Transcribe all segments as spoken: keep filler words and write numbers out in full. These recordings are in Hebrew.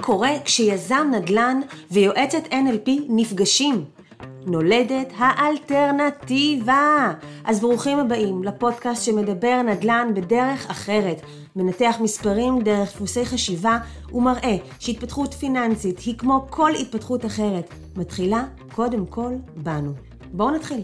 קורה כשיזם נדל"ן ויועצת אן אל פי נפגשים? נולדת האלטרנטיבה. אז ברוכים הבאים לפודקאסט שמדבר נדל"ן בדרך אחרת, מנתח מספרים דרך דפוסי חשיבה ומראה שהתפתחות פיננסית היא כמו כל התפתחות אחרת, מתחילה קודם כל בנו. בואו נתחיל.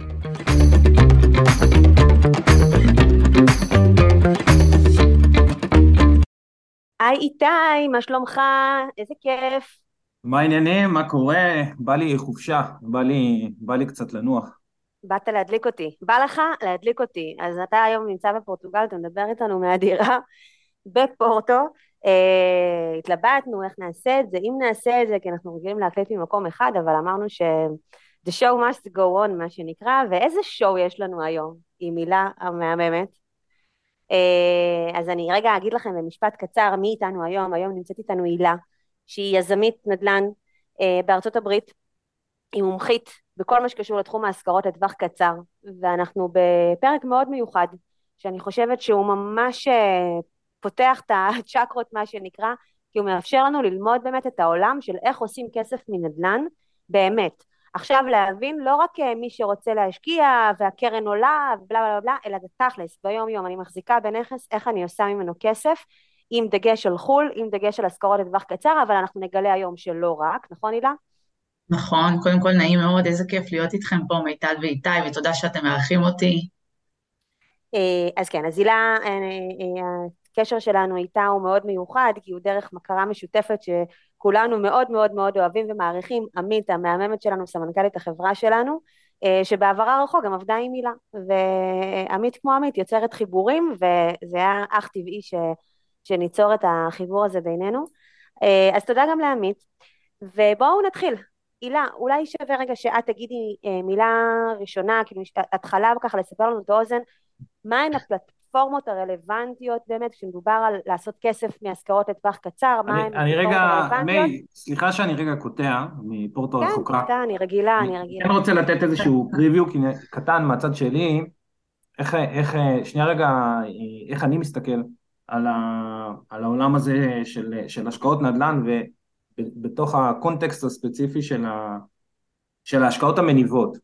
היי איתי, מה שלומך? איזה כיף. מה העניינים? מה קורה? בא לי חופשה, בא לי, בא לי קצת לנוח. באת להדליק אותי. בא לך להדליק אותי. אז אתה היום נמצא בפורטוגל, אתה מדבר איתנו מהדירה בפורטו. אה, התלבטנו איך נעשה את זה, אם נעשה את זה, כי אנחנו רגילים להקליט ממקום אחד, אבל אמרנו ש- the show must go on, מה שנקרא, ואיזה show יש לנו היום, היא מילה המהממת. אה, אז אני רגע אגיד לכם במשפט קצר, מי איתנו היום? היום נמצאת איתנו הילה, שהיא יזמית נדל"ן אה, בארצות הברית, היא מומחית בכל מה שקשור לתחום ההשכרות לטווח קצר, ואנחנו בפרק מאוד מיוחד, שאני חושבת שהוא ממש פותח את הצ'קרות מה שנקרא, כי הוא מאפשר לנו ללמוד באמת את העולם של איך עושים כסף מנדל"ן, באמת. עכשיו להבין לא רק מי שרוצה להשקיע והקרן עולה ובלה בלה בלה, אלא זה תכלס, ביום יום אני מחזיקה בנכס, איך אני עושה ממנו כסף, עם דגש על חול, עם דגש על השכרות לטווח קצר, אבל אנחנו נגלה היום שלא רק, נכון הילה? נכון, קודם כל נעים מאוד, איזה כיף להיות איתכם פה מיטל ואיתי, ותודה שאתם מארחים אותי. אז כן, אז הילה, הקשר שלנו איתה הוא מאוד מיוחד, כי הוא דרך מכרה משותפת שכולנו מאוד מאוד מאוד אוהבים ומעריכים. עמית, המהממת שלנו, סמנכ"לית החברה שלנו, שבעברה הרחוק גם עבדה עם הילה, ועמית כמו עמית יוצרת חיבורים, וזה היה אך טבעי ש, שניצור את החיבור הזה בינינו. אז תודה גם לעמית, ובואו נתחיל. הילה, אולי שווה רגע שאת תגידי מילה ראשונה, כאילו התחלה ככה לספר לנו את האוזן, מהן הפלטפורמות הרלוונטיות באמת, כשמדובר על לעשות כסף מהשכרות לטווח קצר, אני, מהן אני הפלטפורמות רגע, הרלוונטיות? מי, סליחה שאני רגע קוטע מפורטו כן, רחוקה. תקטע, אני רגילה, אני אני רגילה. כן רוצה לתת איזשהו פריוויו קטן מהצד שלי, איך, איך, שנייה רגע, איך אני מסתכל על, ה, על העולם הזה של, של השקעות נדל"ן, ובתוך הקונטקסט הספציפי של, ה, של ההשקעות המניבות.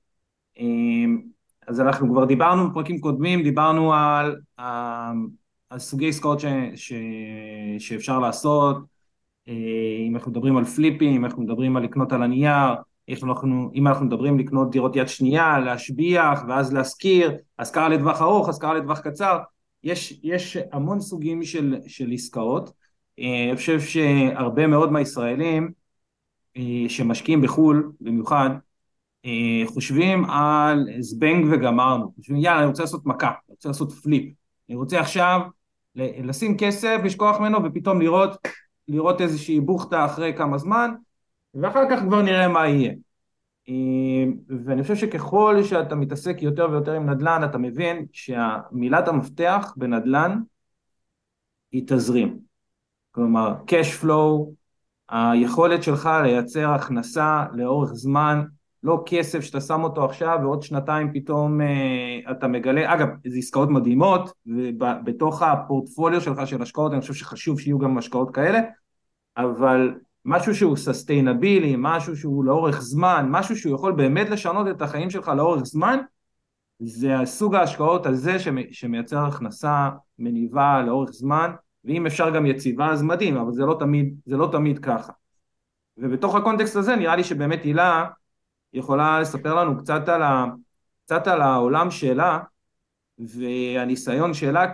אז אנחנו כבר דיברנו בפרקים קודמים, דיברנו על, על סוגי עסקאות ש, ש, שאפשר לעשות, אם אנחנו מדברים על פליפים, אם אנחנו מדברים על לקנות על הנייר, אם אנחנו, אם אנחנו מדברים לקנות דירות יד שנייה, להשביח ואז להשכיר, השכרה לטווח ארוך, השכרה לטווח קצר, יש, יש המון סוגים של, של עסקאות. אני חושב שהרבה מאוד מהישראלים שמשקיעים בחול במיוחד, חושבים על זבנג וגמרנו, חושבים יאללה אני רוצה לעשות מכה, אני רוצה לעשות פליפ, אני רוצה עכשיו לשים כסף, לשכוח ממנו ופתאום לראות, לראות איזושהי בוכתה אחרי כמה זמן, ואחר כך כבר נראה מה יהיה. ואני חושב שככל שאתה מתעסק יותר ויותר עם נדל"ן, אתה מבין שהמילת המפתח בנדל"ן היא תזרים. כלומר, cash flow, היכולת שלך לייצר הכנסה לאורך זמן, לא כסף שאתה שם אותו עכשיו ועוד שנתיים פתאום אה, אתה מגלה, אגב, זה עסקאות מדהימות, ובתוך הפורטפוליו שלך של השקעות, אני חושב שחשוב שיהיו גם השקעות כאלה, אבל משהו שהוא ססטיינבילי, משהו שהוא לאורך זמן, משהו שהוא יכול באמת לשנות את החיים שלך לאורך זמן, זה הסוג ההשקעות הזה שמייצר הכנסה מניבה לאורך זמן, ואם אפשר גם יציבה אז מדהים, אבל זה לא תמיד, זה לא תמיד ככה. ובתוך הקונטקסט הזה נראה לי שבאמת הילה יכולה לספר לנו קצת על, ה, קצת על העולם שלה, והניסיון שלה,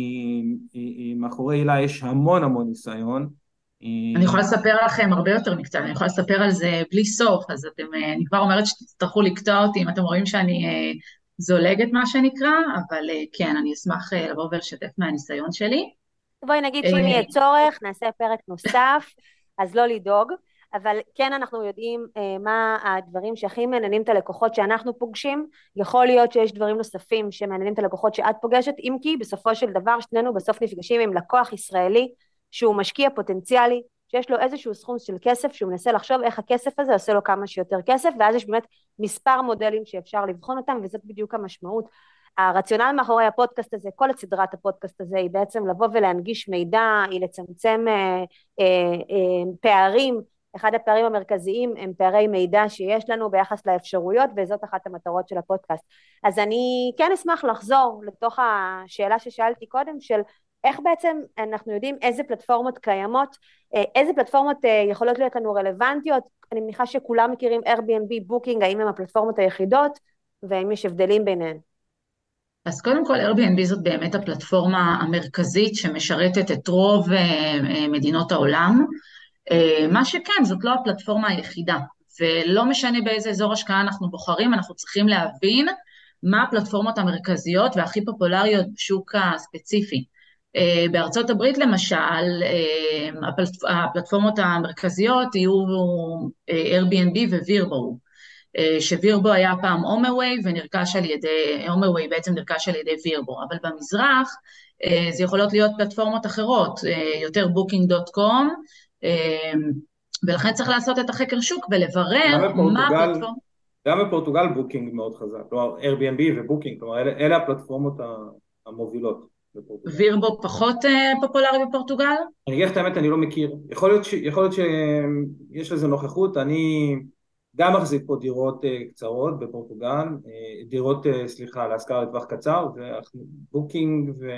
כי מאחורי הילה יש המון המון ניסיון. אני יכולה לספר לכם הרבה יותר מקצת, אני יכולה לספר על זה בלי סוף, אז אתם, אני כבר אומרת שתצטרכו לקטוע אותי אם אתם רואים שאני זולגת מה שנקרא, אבל כן, אני אשמח לבוא ולשתף מהניסיון שלי. בואי נגיד שאם יהיה צורך, נעשה פרק נוסף, אז לא לדאוג, אבל כן אנחנו יודעים אה, מה הדברים שהכי מעניינים את הלקוחות שאנחנו פוגשים, יכול להיות שיש דברים נוספים שמעניינים את הלקוחות שאת פוגשת, אם כי בסופו של דבר שנינו בסוף נפגשים עם לקוח ישראלי, שהוא משקיע פוטנציאלי, שיש לו איזשהו סכום של כסף, שהוא מנסה לחשוב איך הכסף הזה עושה לו כמה שיותר כסף, ואז יש באמת מספר מודלים שאפשר לבחון אותם, וזאת בדיוק המשמעות. הרציונל מאחורי הפודקאסט הזה, כל סדרת הפודקאסט הזה, היא בעצם לבוא ולהנגיש מידע, היא לצמצם אה, אה, אה, פערים. אחד הפערים המרכזיים הם פערי מידע שיש לנו ביחס לאפשרויות, וזאת אחת המטרות של הפודקאסט. אז אני כן אשמח לחזור לתוך השאלה ששאלתי קודם, של איך בעצם אנחנו יודעים איזה פלטפורמות קיימות, איזה פלטפורמות יכולות להיות לנו רלוונטיות. אני מניחה שכולם מכירים Airbnb, Booking, האם הם הפלטפורמות היחידות, והאם יש הבדלים ביניהן. אז קודם כל, Airbnb זאת באמת הפלטפורמה המרכזית שמשרתת את רוב מדינות העולם. מה שכן, זאת לא הפלטפורמה היחידה, ולא משנה באיזה אזור השקעה אנחנו בוחרים, אנחנו צריכים להבין מה הפלטפורמות המרכזיות והכי פופולריות בשוק הספציפי. בארצות הברית למשל, הפלטפורמות המרכזיות יהיו Airbnb ווירבו, שווירבו היה פעם הומאווי ונרכש על ידי, הומאווי בעצם נרכש על ידי וירבו, אבל במזרח זה יכולות להיות פלטפורמות אחרות, יותר בוקינג דוט קום, ולכן צריך לעשות את החקר שוק ולברר מה הפלטפורמה. גם בפורטוגל בוקינג מאוד חזק, כלומר Airbnb ובוקינג, כלומר אלה, אלה הפלטפורמות המובילות. וירבו פחות פופולרי בפורטוגל? אני אגיד את האמת, אני לא מכיר. יכול להיות, ש... יכול להיות שיש לזה נוכחות. אני גם מחזיק פה דירות קצרות בפורטוגל, דירות, סליחה, להשכרה לטווח קצר, ובוקינג ו...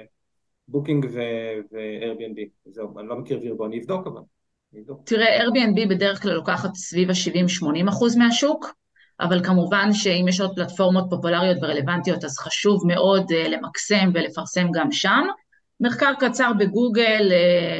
בוקינג ו-Airbnb. זהו, אני לא מכיר וירבו, אני אבדוק אבל. תראה, Airbnb בדרך כלל לוקחת סביב ה-שבעים שמונים אחוז מהשוק, אבל כמובן שאם יש עוד פלטפורמות פופולריות ורלוונטיות, אז חשוב מאוד למקסם ולפרסם גם שם. מחקר קצר בגוגל,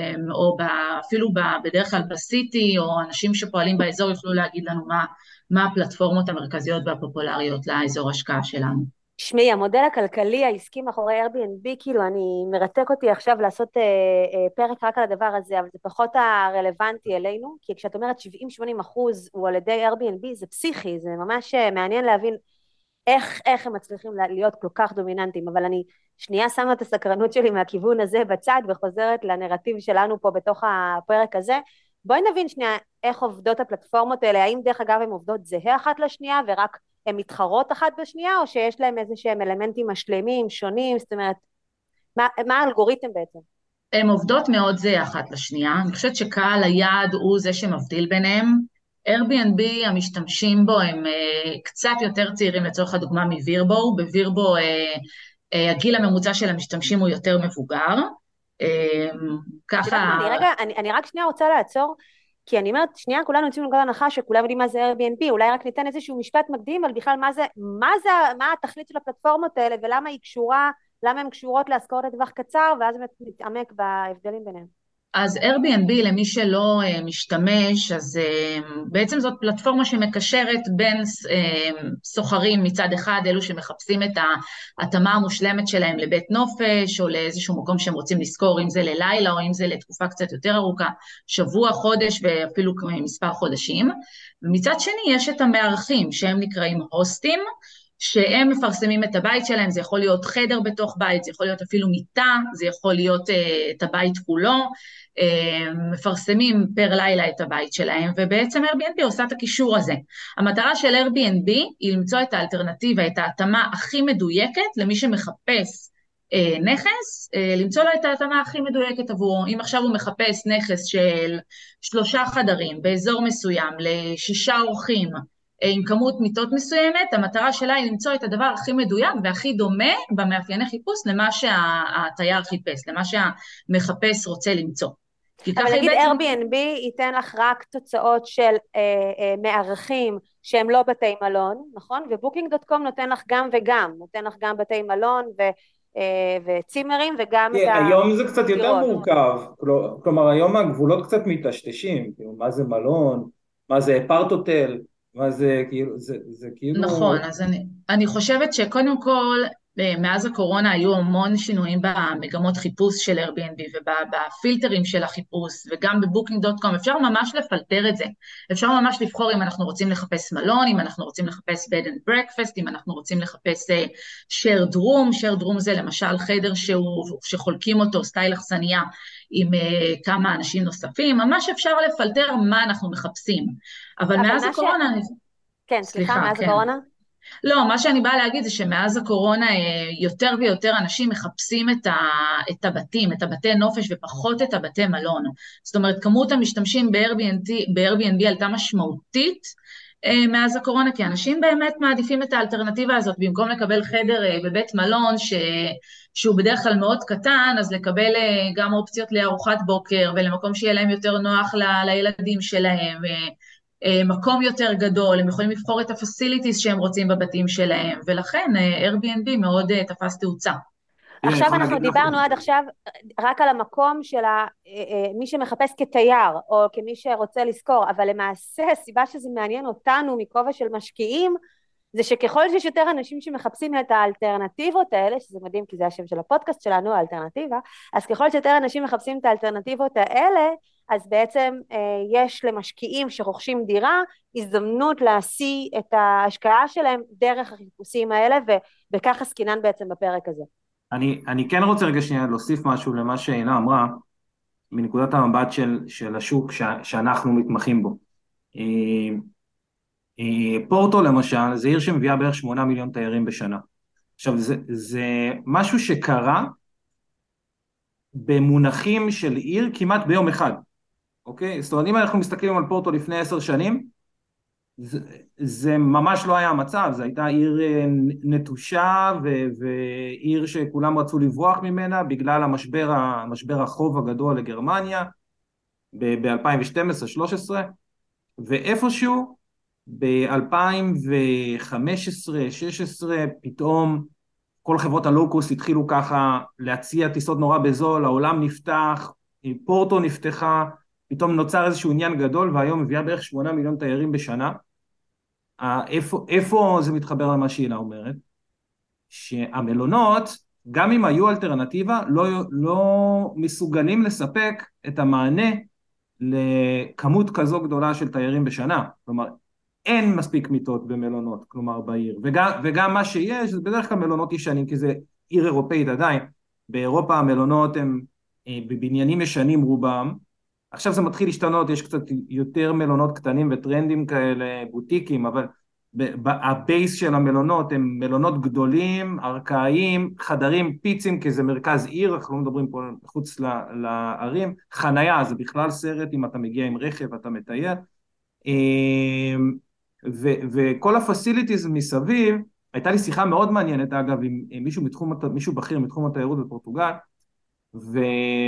או אפילו בדרך כלל בסיטי, או אנשים שפועלים באזור יוכלו להגיד לנו מה, מה הפלטפורמות המרכזיות והפופולריות לאזור השקעה שלנו. שמי, המודל הכלכלי העסקי מאחורי Airbnb, כאילו אני מרתק אותי עכשיו לעשות אה, אה, פרק רק על הדבר הזה, אבל זה פחות הרלוונטי אלינו, כי כשאת אומרת שבעים שמונים אחוז הוא על ידי Airbnb, זה פסיכי, זה ממש מעניין להבין איך, איך הם מצליחים להיות כל כך דומיננטיים, אבל אני שנייה שמה את הסקרנות שלי מהכיוון הזה בצד, וחוזרת לנרטיב שלנו פה בתוך הפרק הזה. בואי נבין שנייה איך עובדות הפלטפורמות האלה, האם דרך אגב הן עובדות זהה אחת לשנייה, ורק הן מתחרות אחת בשנייה, או שיש להם איזה שהם אלמנטים משלמים, שונים, זאת אומרת, מה, מה האלגוריתם בעצם? הן עובדות מאוד זהה אחת לשנייה, אני חושבת שקהל היעד הוא זה שמבדיל ביניהם. Airbnb המשתמשים בו הם uh, קצת יותר צעירים לצורך הדוגמה מווירבו, בווירבו uh, uh, הגיל הממוצע של המשתמשים הוא יותר מבוגר, uh, ככה... אני, רגע, אני, אני רק שנייה רוצה לעצור, כי אני אומרת, שנייה, כולנו יוצאים לנקודת הנחה שכולם יודעים מה זה Airbnb, אולי רק ניתן איזשהו משפט מקדים על בכלל מה זה, מה זה, מה התכלית של הפלטפורמות האלה, ולמה היא קשורה, למה הן קשורות להשכרות לטווח קצר, ואז נתעמק בהבדלים ביניהם. אז Airbnb, למי שלא uh, משתמש, אז uh, בעצם זאת פלטפורמה שמקשרת בין uh, סוחרים מצד אחד, אלו שמחפשים את ההתאמה המושלמת שלהם לבית נופש, או לאיזשהו מקום שהם רוצים לזכור, אם זה ללילה, או אם זה לתקופה קצת יותר ארוכה, שבוע, חודש, ואפילו מספר חודשים. ומצד שני, יש את המארחים, שהם נקראים הוסטים, שהם מפרסמים את הבית שלהם, זה יכול להיות חדר בתוך בית, זה יכול להיות אפילו מיטה, זה יכול להיות uh, את הבית כולו, uh, מפרסמים פר לילה את הבית שלהם, ובעצם Airbnb עושה את הקישור הזה. המטרה של Airbnb היא למצוא את האלטרנטיבה, את ההתאמה הכי מדויקת, למי שמחפש uh, נכס, uh, למצוא לו את ההתאמה הכי מדויקת עבורו. אם עכשיו הוא מחפש נכס של שלושה חדרים, באזור מסוים, לשישה אורחים, עם כמות מיטות מסוימת, המטרה שלה היא למצוא את הדבר הכי מדויק והכי דומה במאפייני חיפוש למה שהתייר חיפש, למה שהמחפש רוצה למצוא. אבל נגיד בעצם... Airbnb ייתן לך רק תוצאות של אה, אה, מארחים שהם לא בתי מלון, נכון? ובוקינג דוט קום נותן לך גם וגם, נותן לך גם בתי מלון ו... וצימרים וגם את ה... היום זה קצת יותר מורכב, כלומר היום הגבולות קצת מתשתשים, מה זה מלון, מה זה אפרט הוטל, מה זה כאילו, זה, זה כאילו... נכון, אז אני, אני חושבת שקודם כל, מאז הקורונה היו המון שינויים במגמות חיפוש של Airbnb ובפילטרים של החיפוש, וגם בבוקינג דוט קום, אפשר ממש לפלטר את זה, אפשר ממש לבחור אם אנחנו רוצים לחפש מלון, אם אנחנו רוצים לחפש bed and breakfast, אם אנחנו רוצים לחפש uh, shared room, shared room זה למשל חדר שהוא, שחולקים אותו, סטייל אכסניה, עם uh, כמה אנשים נוספים, ממש אפשר לפלטר מה אנחנו מחפשים, אבל, אבל מאז הקורונה... ש... כן, סליחה, מאז כן. הקורונה? לא, מה שאני באה להגיד זה שמאז הקורונה יותר ויותר אנשים מחפשים את, ה, את הבתים, את הבתי נופש ופחות את הבתי מלון. זאת אומרת, כמות המשתמשים ב-Airbnb, ב-Airbnb עלתה משמעותית מאז הקורונה, כי אנשים באמת מעדיפים את האלטרנטיבה הזאת, במקום לקבל חדר בבית מלון ש, שהוא בדרך כלל מאוד קטן, אז לקבל גם אופציות לארוחת בוקר ולמקום שיהיה להם יותר נוח ל, לילדים שלהם, מקום יותר גדול, הם יכולים לבחור את הפסיליטיז שהם רוצים בבתים שלהם, ולכן Airbnb מאוד תפס תאוצה. עכשיו אנחנו דיברנו עד עכשיו רק על המקום של מי שמחפש כתייר, או כמי שרוצה לזכור, אבל למעשה הסיבה שזה מעניין אותנו מכובע של משקיעים, זה שככל שיש יותר אנשים שמחפשים את האלטרנטיבות האלה, שזה מדהים כי זה השם של הפודקאסט שלנו, האלטרנטיבה, אז ככל שיותר אנשים מחפשים את האלטרנטיבות האלה, אז בעצם אה, יש למשקיעים שרוכשים דירה, הזדמנות להשיא את ההשקעה שלהם דרך החיפושים האלה, ובכך עסקינן בעצם בפרק הזה. אני, אני כן רוצה רגע שנייה להוסיף משהו למה שעינה אמרה, מנקודת המבט של, של השוק ש, שאנחנו מתמחים בו. פורטו למשל, זה עיר שמביאה בערך שמונה מיליון תיירים בשנה. עכשיו, זה, זה משהו שקרה במונחים של עיר כמעט ביום אחד. אוקיי? זאת אומרת, אם אנחנו מסתכלים על פורטו לפני עשר שנים, זה, זה ממש לא היה המצב, זו הייתה עיר נטושה ו, ועיר שכולם רצו לברוח ממנה בגלל המשבר, המשבר החוב הגדול לגרמניה ב-אלפיים ושתים עשרה שלוש עשרה, ואיפשהו ב-אלפיים וחמש עשרה שש עשרה פתאום כל חברות הלואו-קוסט התחילו ככה להציע טיסות נורא בזול, העולם נפתח, פורטו נפתחה, פתאום נוצר איזשהו עניין גדול, והיום מביאה בערך שמונה מיליון תיירים בשנה. איפה, איפה זה מתחבר למה שאינה אומרת? שהמלונות, גם אם היו אלטרנטיבה, לא, לא מסוגלים לספק את המענה לכמות כזו גדולה של תיירים בשנה. כלומר, אין מספיק מיטות במלונות, כלומר בעיר. וגם, וגם מה שיש, זה בדרך כלל מלונות ישנים, כי זה עיר אירופאית עדיין. באירופה המלונות הם בבניינים ישנים רובם, עכשיו זה מתחיל להשתנות, יש קצת יותר מלונות קטנים וטרנדים כאלה, בוטיקים, אבל הבייס של המלונות הם מלונות גדולים, ערכאיים, חדרים פיצים, כי זה מרכז עיר, אנחנו לא מדברים פה חוץ לערים, חנייה, זה בכלל סרט, אם אתה מגיע עם רכב, אתה מטייל, וכל הפסיליטיז מסביב, הייתה לי שיחה מאוד מעניינת, אגב, עם מישהו, מתחום, מישהו בכיר מתחום התיירות בפורטוגל, ו...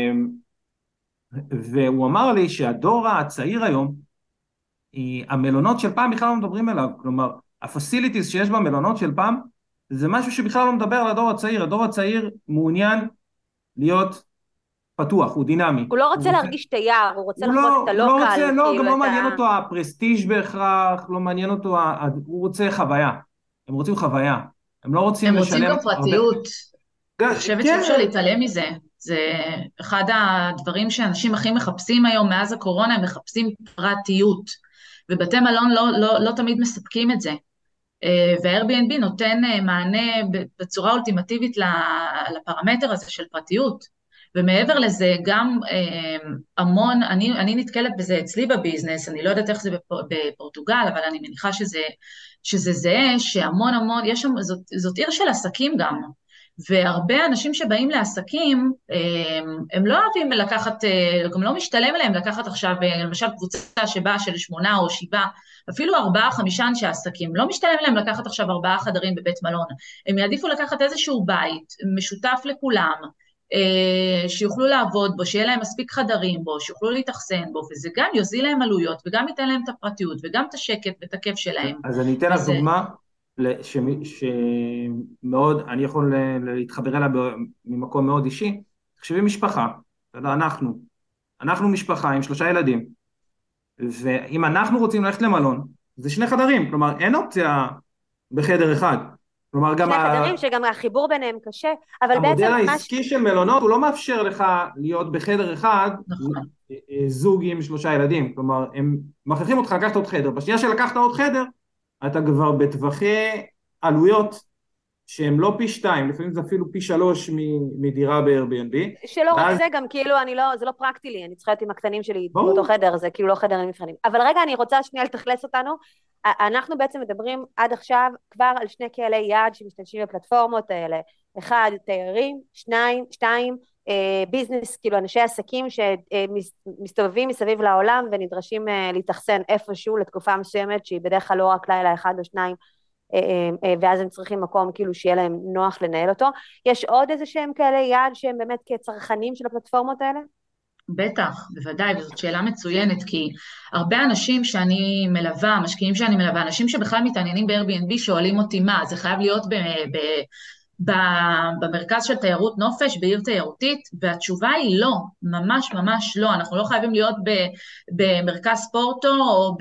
והוא אמר לי שהדור הצעיר היום, המלונות של פעם בכלל לא מדברים אליו, כלומר, הפסיליטיז שיש במלונות של פעם, זה משהו שבכלל לא מדבר על הדור הצעיר, הדור הצעיר מעוניין להיות פתוח, הוא דינמי. הוא לא רוצה הוא להרגיש תייר, הוא רוצה הוא לחוות לא, את הלוקל. הוא לא רוצה, לא, כאילו גם לא את מעניין ה... אותו הפרסטיג' בהכרח, לא מעניין אותו, הוא רוצה חוויה, הם רוצים חוויה, הם לא רוצים הם לשלם... רוצים גם פרטיות, אני חושבת כן. שאפשר להתעלם מזה, זה אחד הדברים שאנשים הכי מחפשים היום מאז הקורונה, הם מחפשים פרטיות, ובתי מלון לא, לא, לא תמיד מספקים את זה, וה-Airbnb נותן מענה בצורה אולטימטיבית לפרמטר הזה של פרטיות, ומעבר לזה גם המון, אני, אני נתקלת בזה אצלי בביזנס, אני לא יודעת איך זה בפורטוגל, אבל אני מניחה שזה, שזה זה, שהמון המון, יש שם, זאת, זאת עיר של עסקים גם, והרבה אנשים שבאים לעסקים, הם לא אוהבים לקחת, גם לא משתלם להם לקחת עכשיו, למשל קבוצה שבאה של שמונה או שבעה, אפילו ארבעה, חמישה אנשי עסקים, לא משתלם להם לקחת עכשיו ארבעה חדרים בבית מלון, הם יעדיפו לקחת איזשהו בית משותף לכולם, שיוכלו לעבוד בו, שיהיה להם מספיק חדרים בו, שיוכלו להתאכסן בו, וזה גם יוזיל להם עלויות, וגם ייתן להם את הפרטיות, וגם את השקט ואת הכיף שלהם. אז אני אתן לך וזה... דוגמה, שמאוד, אני יכול להתחבר אליה ממקום מאוד אישי, תחשבי משפחה, אנחנו, אנחנו משפחה עם שלושה ילדים, ואם אנחנו רוצים ללכת למלון, זה שני חדרים, כלומר אין אופציה בחדר אחד, כלומר גם... שני חדרים שגם החיבור ביניהם קשה, אבל בעצם... המודל העסקי של מלונות הוא לא מאפשר לך להיות בחדר אחד, נכון. זוג עם שלושה ילדים, כלומר הם מכריחים אותך לקחת עוד חדר, בשנייה שלקחת עוד חדר, אתה כבר בטווחי עלויות שהם לא פי שתיים, לפעמים זה אפילו פי שלוש מדירה ב-Airbnb. שלא רק זה, גם כאילו, אני לא, זה לא פרקטי לי, אני צריכה להיות עם הקטנים שלי באותו חדר, זה כאילו לא חדר עם מבחנים. אבל רגע, אני רוצה שנייה לתכלס אותנו, אנחנו בעצם מדברים עד עכשיו כבר על שני קהלי יעד שמשתמשים בפלטפורמות האלה, אחד, תיירים, שניים, שתיים, ביזנס, כאילו אנשי עסקים שמסתובבים מסביב לעולם ונדרשים להתאכסן איפשהו לתקופה מסוימת, שהיא בדרך כלל לא רק לילה אחד או שניים, ואז הם צריכים מקום כאילו שיהיה להם נוח לנהל אותו. יש עוד איזה שהם כאלה יעד שהם באמת כצרכנים של הפלטפורמות האלה? בטח, בוודאי, וזאת שאלה מצוינת, כי הרבה אנשים שאני מלווה, משקיעים שאני מלווה, אנשים שבכלל מתעניינים ב-Airbnb שואלים אותי מה, זה חייב להיות ב... ב במרכז של תיירות נופש, בעיר תיירותית, והתשובה היא לא, ממש ממש לא, אנחנו לא חייבים להיות במרכז פורטו, או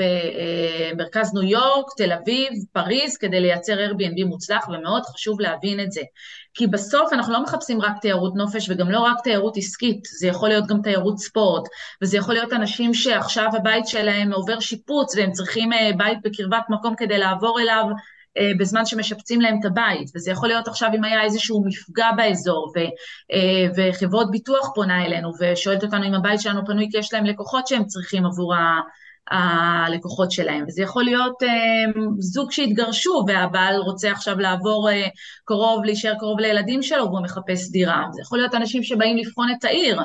במרכז ניו יורק, תל אביב, פריז, כדי לייצר Airbnb מוצלח, ומאוד חשוב להבין את זה, כי בסוף אנחנו לא מחפשים רק תיירות נופש, וגם לא רק תיירות עסקית, זה יכול להיות גם תיירות ספורט, וזה יכול להיות אנשים שעכשיו הבית שלהם עובר שיפוץ, והם צריכים בית בקרבת מקום כדי לעבור אליו, בזמן שמשפצים להם את הבית, וזה יכול להיות עכשיו אם היה איזשהו מפגע באזור, ו, וחברות ביטוח פונה אלינו, ושואלת אותנו אם הבית שלנו פנוי, כי יש להם לקוחות שהם צריכים עבור הלקוחות שלהם, וזה יכול להיות זוג שהתגרשו, והבעל רוצה עכשיו לעבור קרוב, להישאר קרוב לילדים שלו, והוא מחפש דירה, זה יכול להיות אנשים שבאים לבחון את העיר,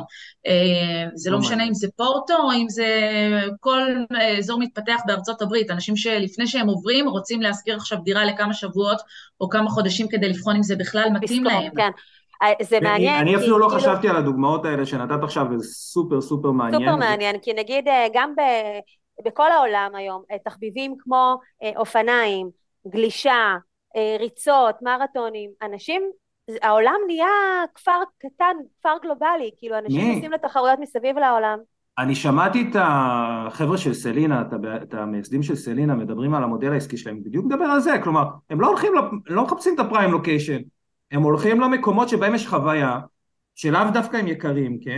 זה לא משנה אם זה פורטו, או אם זה כל אזור מתפתח בארצות הברית, אנשים שלפני שהם עוברים, רוצים להשכיר עכשיו דירה לכמה שבועות, או כמה חודשים כדי לבחון אם זה בכלל מתאים להם. כן. זה מעניין. אני אפילו לא חשבתי על הדוגמאות האלה שנתת עכשיו, וזה סופר סופר מעניין. סופר מעניין, כי נגיד גם ב... בכל העולם היום, תחביבים כמו אופניים, גלישה, ריצות, מרתונים, אנשים, העולם נהיה כפר קטן, כפר גלובלי, כאילו אנשים עושים לתחרויות מסביב לעולם. אני שמעתי את החבר'ה של סלינה, את המייסדים של סלינה, מדברים על המודל העסקי שלהם, בדיוק מדבר על זה, כלומר, הם לא הולכים, לא מחפשים את הפריים לוקיישן, הם הולכים למקומות שבהם יש חוויה, שלאו דווקא הם יקרים, כן?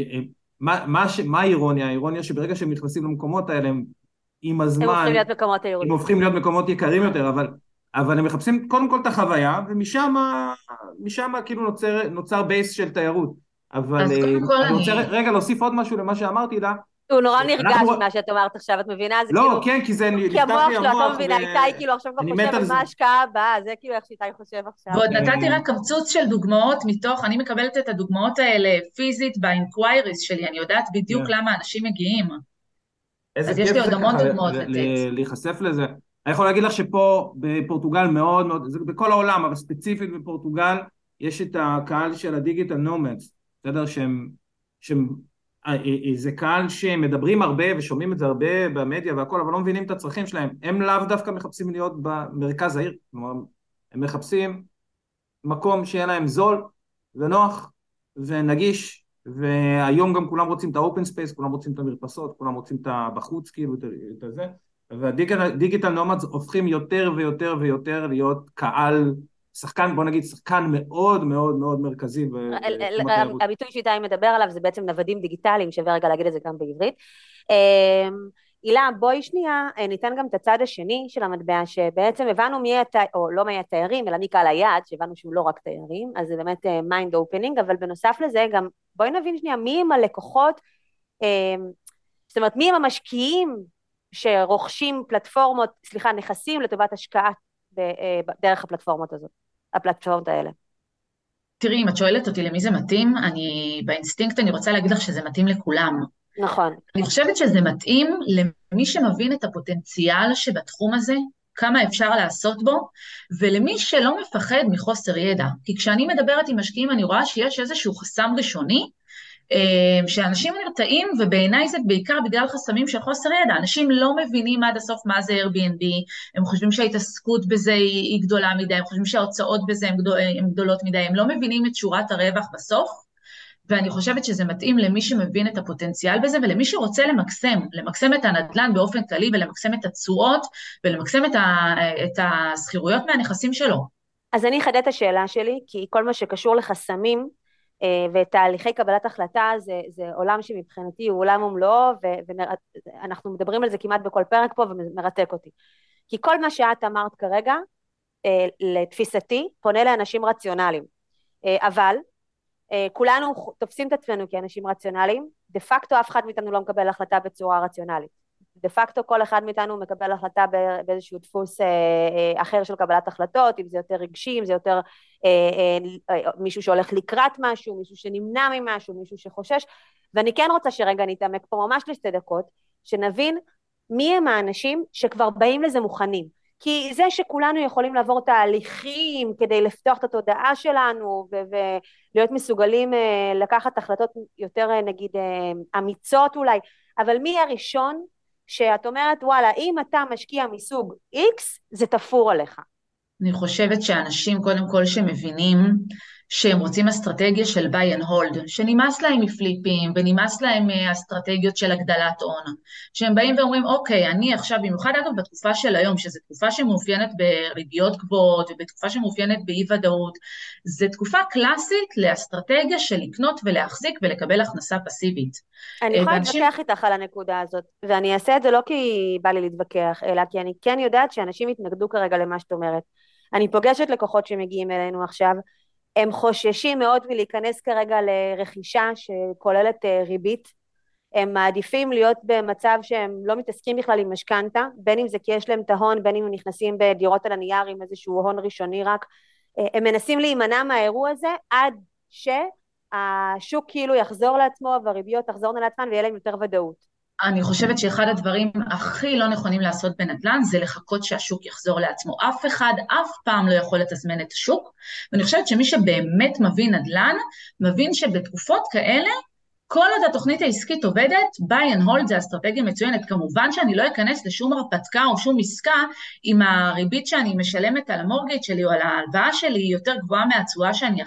מה, מה, מה האירוניה? האירוניה שברגע שהם נכנסים למקומות האלה, הם עם הזמן... הם הופכים להיות מקומות תיירותיים. הם הופכים להיות מקומות יקרים יותר, אבל, אבל הם מחפשים קודם כל את החוויה, ומשם משם כאילו נוצר, נוצר בייס של תיירות. אבל אני רוצה אני... רגע להוסיף עוד משהו למה שאמרתי לה. הוא נורא נרגש מה שאת אומרת עכשיו, את מבינה? לא, כאילו... כן, כי זה נפתח לי המוח. כי המוח שלו, את לא מבינה, איתי כאילו עכשיו כבר חושב על מה ההשקעה הבאה, זה כאילו איך שאיתי חושב עכשיו. ועוד נתתי רק קמצוץ של דוגמאות מתוך, אני מקבלת את הדוגמאות האלה פיזית באינקווייריס שלי, אני יודעת בדיוק למה אנשים מגיעים. אז יש לי עוד המון דוגמאות לתת. להיחשף לזה. אני יכול להגיד לך שפה בפורטוגל מאוד מאוד, זה בכל העולם, אבל ספציפית בפורטוגל, יש את הקהל של הדיגיטל נומדס, בסדר? שהם, שהם, זה קהל שמדברים הרבה ושומעים את זה הרבה במדיה והכל, אבל לא מבינים את הצרכים שלהם. הם לאו דווקא מחפשים להיות במרכז העיר, כלומר, הם מחפשים מקום שיהיה להם זול ונוח ונגיש, והיום גם כולם רוצים את האופן ספייס, כולם רוצים את המרפסות, כולם רוצים את הבחוץ, כאילו, את זה, והדיגיטל נומדס הופכים יותר ויותר ויותר להיות קהל, שחקן, בוא נגיד, שחקן מאוד מאוד מאוד מרכזי. הביטוי שאיתי מדבר עליו זה בעצם נוודים דיגיטליים, שווה רגע להגיד את זה גם בעברית. אילה, בואי שנייה, ניתן גם את הצד השני של המטבע, שבעצם הבנו מי, או לא מי התיירים, אלא מי קהל היעד, שהבנו שהוא לא רק תיירים, אז זה באמת מיינד אופנינג, אבל בנוסף לזה גם, בואי נבין שנייה, מי הם הלקוחות, זאת אומרת, מי הם המשקיעים שרוכשים פלטפורמות, סליחה, נכסים לטובת השקעה דרך הפלטפורמות הזאת, הפלטפורמות האלה. תראי, אם את שואלת אותי למי זה מתאים, אני באינסטינקט אני רוצה להגיד לך שזה מתאים לכולם. נכון. אני חושבת שזה מתאים למי שמבין את הפוטנציאל שבתחום הזה, כמה אפשר לעשות בו, ולמי שלא מפחד מחוסר ידע. כי כשאני מדברת עם משקיעים, אני רואה שיש איזשהו חסם ראשוני, שאנשים נרתעים, ובעיניי זה בעיקר בגלל חסמים של חוסר ידע. אנשים לא מבינים עד הסוף מה זה Airbnb, הם חושבים שההתעסקות בזה היא גדולה מדי, הם חושבים שההוצאות בזה הן גדולות מדי, הם לא מבינים את שורת הרווח בסוף, ואני חושבת שזה מתאים למי שמבין את הפוטנציאל בזה, ולמי שרוצה למקסם, למקסם את הנדל"ן באופן כללי, ולמקסם את התשואות, ולמקסם את, ה, את הסחירויות מהנכסים שלו. אז אני אחדד את השאלה שלי, כי כל מה שקשור לחסמים, ותהליכי קבלת החלטה, זה, זה עולם שמבחינתי הוא עולם ומלואו, ואנחנו מדברים על זה כמעט בכל פרק פה, ומרתק אותי. כי כל מה שאת אמרת כרגע, לתפיסתי, פונה לאנשים רציונליים. אבל כולנו תופסים את עצמנו כאנשים רציונליים, דה פקטו אף אחד מאיתנו לא מקבל החלטה בצורה רציונלית. דה פקטו כל אחד מאיתנו מקבל החלטה באיזשהו דפוס אחר של קבלת החלטות, אם זה יותר רגשי, אם זה יותר מישהו שהולך לקראת משהו, מישהו שנמנע ממשהו, מישהו שחושש, ואני כן רוצה שרגע נתעמק פה ממש לשתי דקות, שנבין מי הם האנשים שכבר באים לזה מוכנים. כי זה שכולנו יכולים לעבור תהליכים כדי לפתוח את התודעה שלנו ולהיות מסוגלים לקחת החלטות יותר נגיד אמיצות אולי, אבל מי הראשון שאת אומרת וואלה אם אתה משקיע מסוג X זה תפור עליך? אני חושבת שאנשים קודם כל שמבינים שהם רוצים אסטרטגיה של buy and hold, שנמאס להם מפליפים ונמאס להם אסטרטגיות של הגדלת הון, שהם באים ואומרים אוקיי, אני עכשיו במיוחד אגב בתקופה של היום, שזו תקופה שמאופיינת בריביות גבוהות ובתקופה שמאופיינת באי ודאות, זו תקופה קלאסית לאסטרטגיה של לקנות ולהחזיק ולקבל הכנסה פסיבית. אני יכולה ואנשים... להתווכח איתך על הנקודה הזאת, ואני אעשה את זה לא כי בא לי להתווכח, אלא כי אני כן יודעת שאנשים התנגדו כרגע למה שאת אומרת. אני פוגשת לקוחות שמגיעים אלינו עכשיו, הם חוששים מאוד מלהיכנס כרגע לרכישה שכוללת ריבית, הם מעדיפים להיות במצב שהם לא מתעסקים בכלל עם משכנתה, בין אם זה כי יש להם את ההון, בין אם הם נכנסים בדירות על הנייר עם איזשהו הון ראשוני רק, הם מנסים להימנע מהאירוע הזה עד שהשוק כאילו יחזור לעצמו והריביות תחזורנה לעצמן ויהיה להם יותר ודאות. אני חושבת שאחד הדברים הכי לא נכונים לעשות בנדל"ן, זה לחכות שהשוק יחזור לעצמו. אף אחד, אף פעם לא יכול לתזמן את השוק, ואני חושבת שמי שבאמת מבין נדל"ן, מבין שבתקופות כאלה, כל עוד התוכנית העסקית עובדת, buy and hold זה אסטרטגיה מצוינת. כמובן שאני לא אכנס לשום הרפתקה או שום עסקה, אם הריבית שאני משלמת על המורגייט שלי או על ההלוואה שלי, היא יותר גבוהה מהתשואה שאני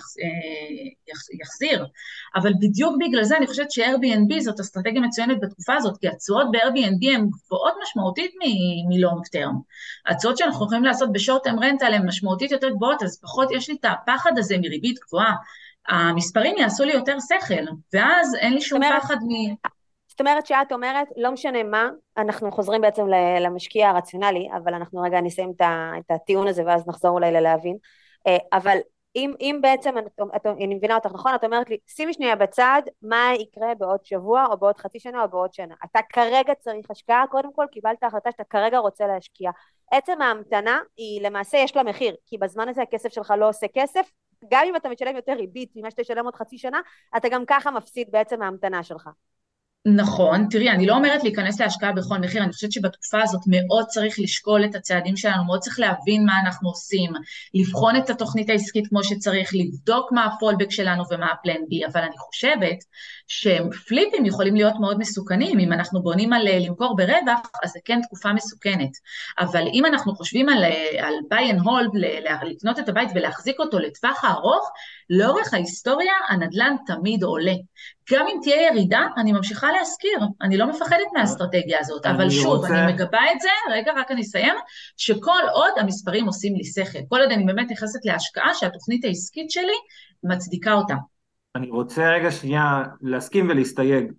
יחזיר. אבל בדיוק בגלל זה אני חושבת ש-Airbnb זאת אסטרטגיה מצוינת בתקופה הזאת, כי התשואות ב-Airbnb הן גבוהות משמעותית מ-long term. התשואות שאנחנו יכולים לעשות בשורט טרם רנטל הן משמעותית יותר גבוהות, אז פחות יש לי את הפחד הזה מריבית גבוהה. המספרים יעשו לי יותר שכל, ואז אין לי שום פחד מ... זאת אומרת שאת אומרת, לא משנה מה, אנחנו חוזרים בעצם למשקיע הרציונלי, אבל אנחנו רגע נסיים את הטיעון הזה, ואז נחזור אולי ללהבין, אבל אם, אם בעצם, אני מבינה אותך נכון, את אומרת לי, שימי שנייה בצד, מה יקרה בעוד שבוע, או בעוד חצי שנה, או בעוד שנה. אתה כרגע צריך השקעה, קודם כל קיבלת החלטה שאתה כרגע רוצה להשקיע. עצם ההמתנה היא למעשה יש לה מחיר, כי בזמן הזה הכסף שלך לא עושה כסף, גם אם אתה משלם יותר ריבית ממה שאתה משלם עוד חצי שנה, אתה גם ככה מפסיד בעצם ההמתנה שלך. נכון, תראי, אני לא אומרת להיכנס להשקעה בכל מחיר, אני חושבת שבתקופה הזאת מאוד צריך לשקול את הצעדים שלנו, מאוד צריך להבין מה אנחנו עושים, לבחון את התוכנית העסקית כמו שצריך, לבדוק מה הפולבק שלנו ומה הפלן בי, אבל אני חושבת שפליפים יכולים להיות מאוד מסוכנים, אם אנחנו בונים על למכור ברווח, אז זה כן תקופה מסוכנת, אבל אם אנחנו חושבים על, על buy and hold, לקנות את הבית ולהחזיק אותו לטווח הארוך, לאורך ההיסטוריה הנדל"ן תמיד עולה. גם אם תהיה ירידה, אני ממשיכה להזכיר, אני לא מפחדת מהאסטרטגיה הזאת, אבל שוב, רוצה... אני מגבה את זה, רגע, רק אני אסיים, שכל עוד המספרים עושים לי שכל, כל עוד אני באמת נכנסת להשקעה, שהתוכנית העסקית שלי מצדיקה אותה. אני רוצה רגע שנייה להסכים ולהסתייג.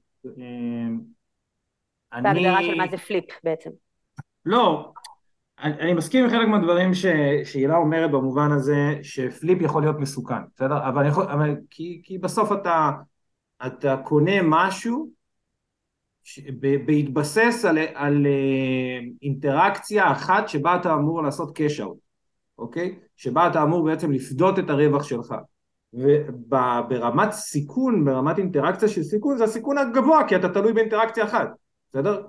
בהגדרה אני... של מה זה פליפ בעצם. לא, אני, אני מסכים עם חלק מהדברים ש, שאילה אומרת במובן הזה, שפליפ יכול להיות מסוכן, בסדר? אבל, יכול, אבל כי, כי בסוף אתה... אתה קונה משהו בהתבסס על, על אינטראקציה אחת שבה אתה אמור לעשות קש-אוט, אוקיי? שבה אתה אמור בעצם לפדות את הרווח שלך. וברמת סיכון, ברמת אינטראקציה של סיכון, זה הסיכון הגבוה, כי אתה תלוי באינטראקציה אחת, בסדר?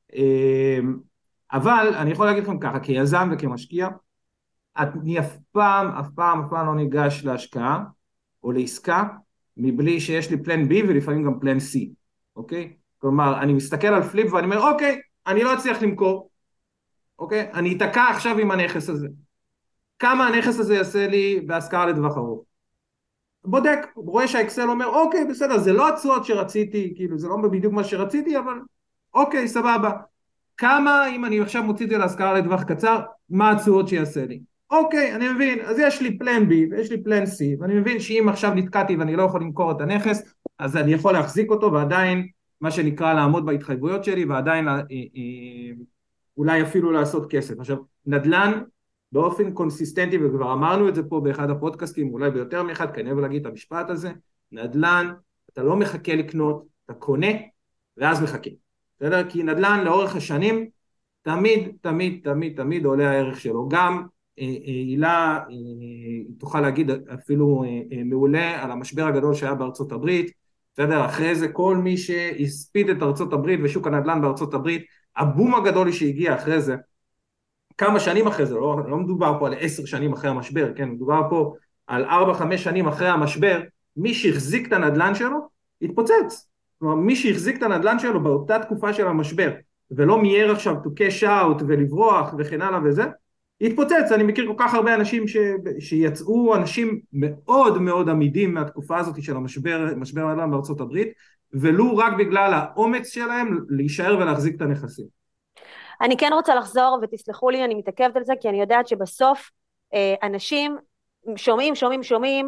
אבל אני יכול להגיד לכם ככה, כיזם וכמשקיע, אני אף פעם, אף פעם, אף פעם לא ניגש להשקעה או לעסקה, מבלי שיש לי פלן B ולפעמים גם פלן C, אוקיי? כלומר, אני מסתכל על פליפ ואני אומר, אוקיי, אני לא אצליח למכור, אוקיי? אני אתקע עכשיו עם הנכס הזה. כמה הנכס הזה יעשה לי בהשכרה לטווח ארוך? בודק, רואה שהאקסל אומר, אוקיי, בסדר, זה לא הצועות שרציתי, כאילו, זה לא בדיוק מה שרציתי, אבל אוקיי, סבבה. כמה, אם אני עכשיו מוציא את זה להשכרה לטווח קצר, מה הצועות שיעשה לי? אוקיי, אני מבין, אז יש לי פלן B ויש לי פלן C, ואני מבין שאם עכשיו נתקעתי ואני לא יכול למכור את הנכס, אז אני יכול להחזיק אותו ועדיין, מה שנקרא, לעמוד בהתחייבויות שלי, ועדיין אולי אפילו לעשות כסף. עכשיו, נדל"ן באופן קונסיסטנטי, וכבר אמרנו את זה פה באחד הפודקאסטים, אולי ביותר מאחד, כי אני אוהב להגיד את המשפט הזה, נדל"ן, אתה לא מחכה לקנות, אתה קונה, ואז מחכה. בסדר? כי נדל"ן לאורך השנים, תמיד, תמיד, תמיד, תמיד עולה הערך שלו. גם הילה תוכל להגיד אפילו מעולה על המשבר הגדול שהיה בארצות הברית, בסדר? אחרי זה כל מי שהספיד את ארצות הברית ושוק הנדל"ן בארצות הברית, הבום הגדול שהגיע אחרי זה, כמה שנים אחרי זה, לא, לא מדובר פה על עשר שנים אחרי המשבר, כן? מדובר פה על ארבע, חמש שנים אחרי המשבר, מי שהחזיק את הנדל"ן שלו, התפוצץ. כלומר, מי שהחזיק את הנדל"ן שלו באותה תקופה של המשבר, ולא מייר עכשיו to cash out ולברוח וכן הלאה וזה, התפוצץ. אני מכיר כל כך הרבה אנשים ש... שיצאו, אנשים מאוד מאוד עמידים מהתקופה הזאת של המשבר, משבר הנדל"ן בארצות הברית, ולו רק בגלל האומץ שלהם להישאר ולהחזיק את הנכסים. אני כן רוצה לחזור, ותסלחו לי, אני מתעכבת על זה, כי אני יודעת שבסוף אנשים שומעים, שומעים, שומעים,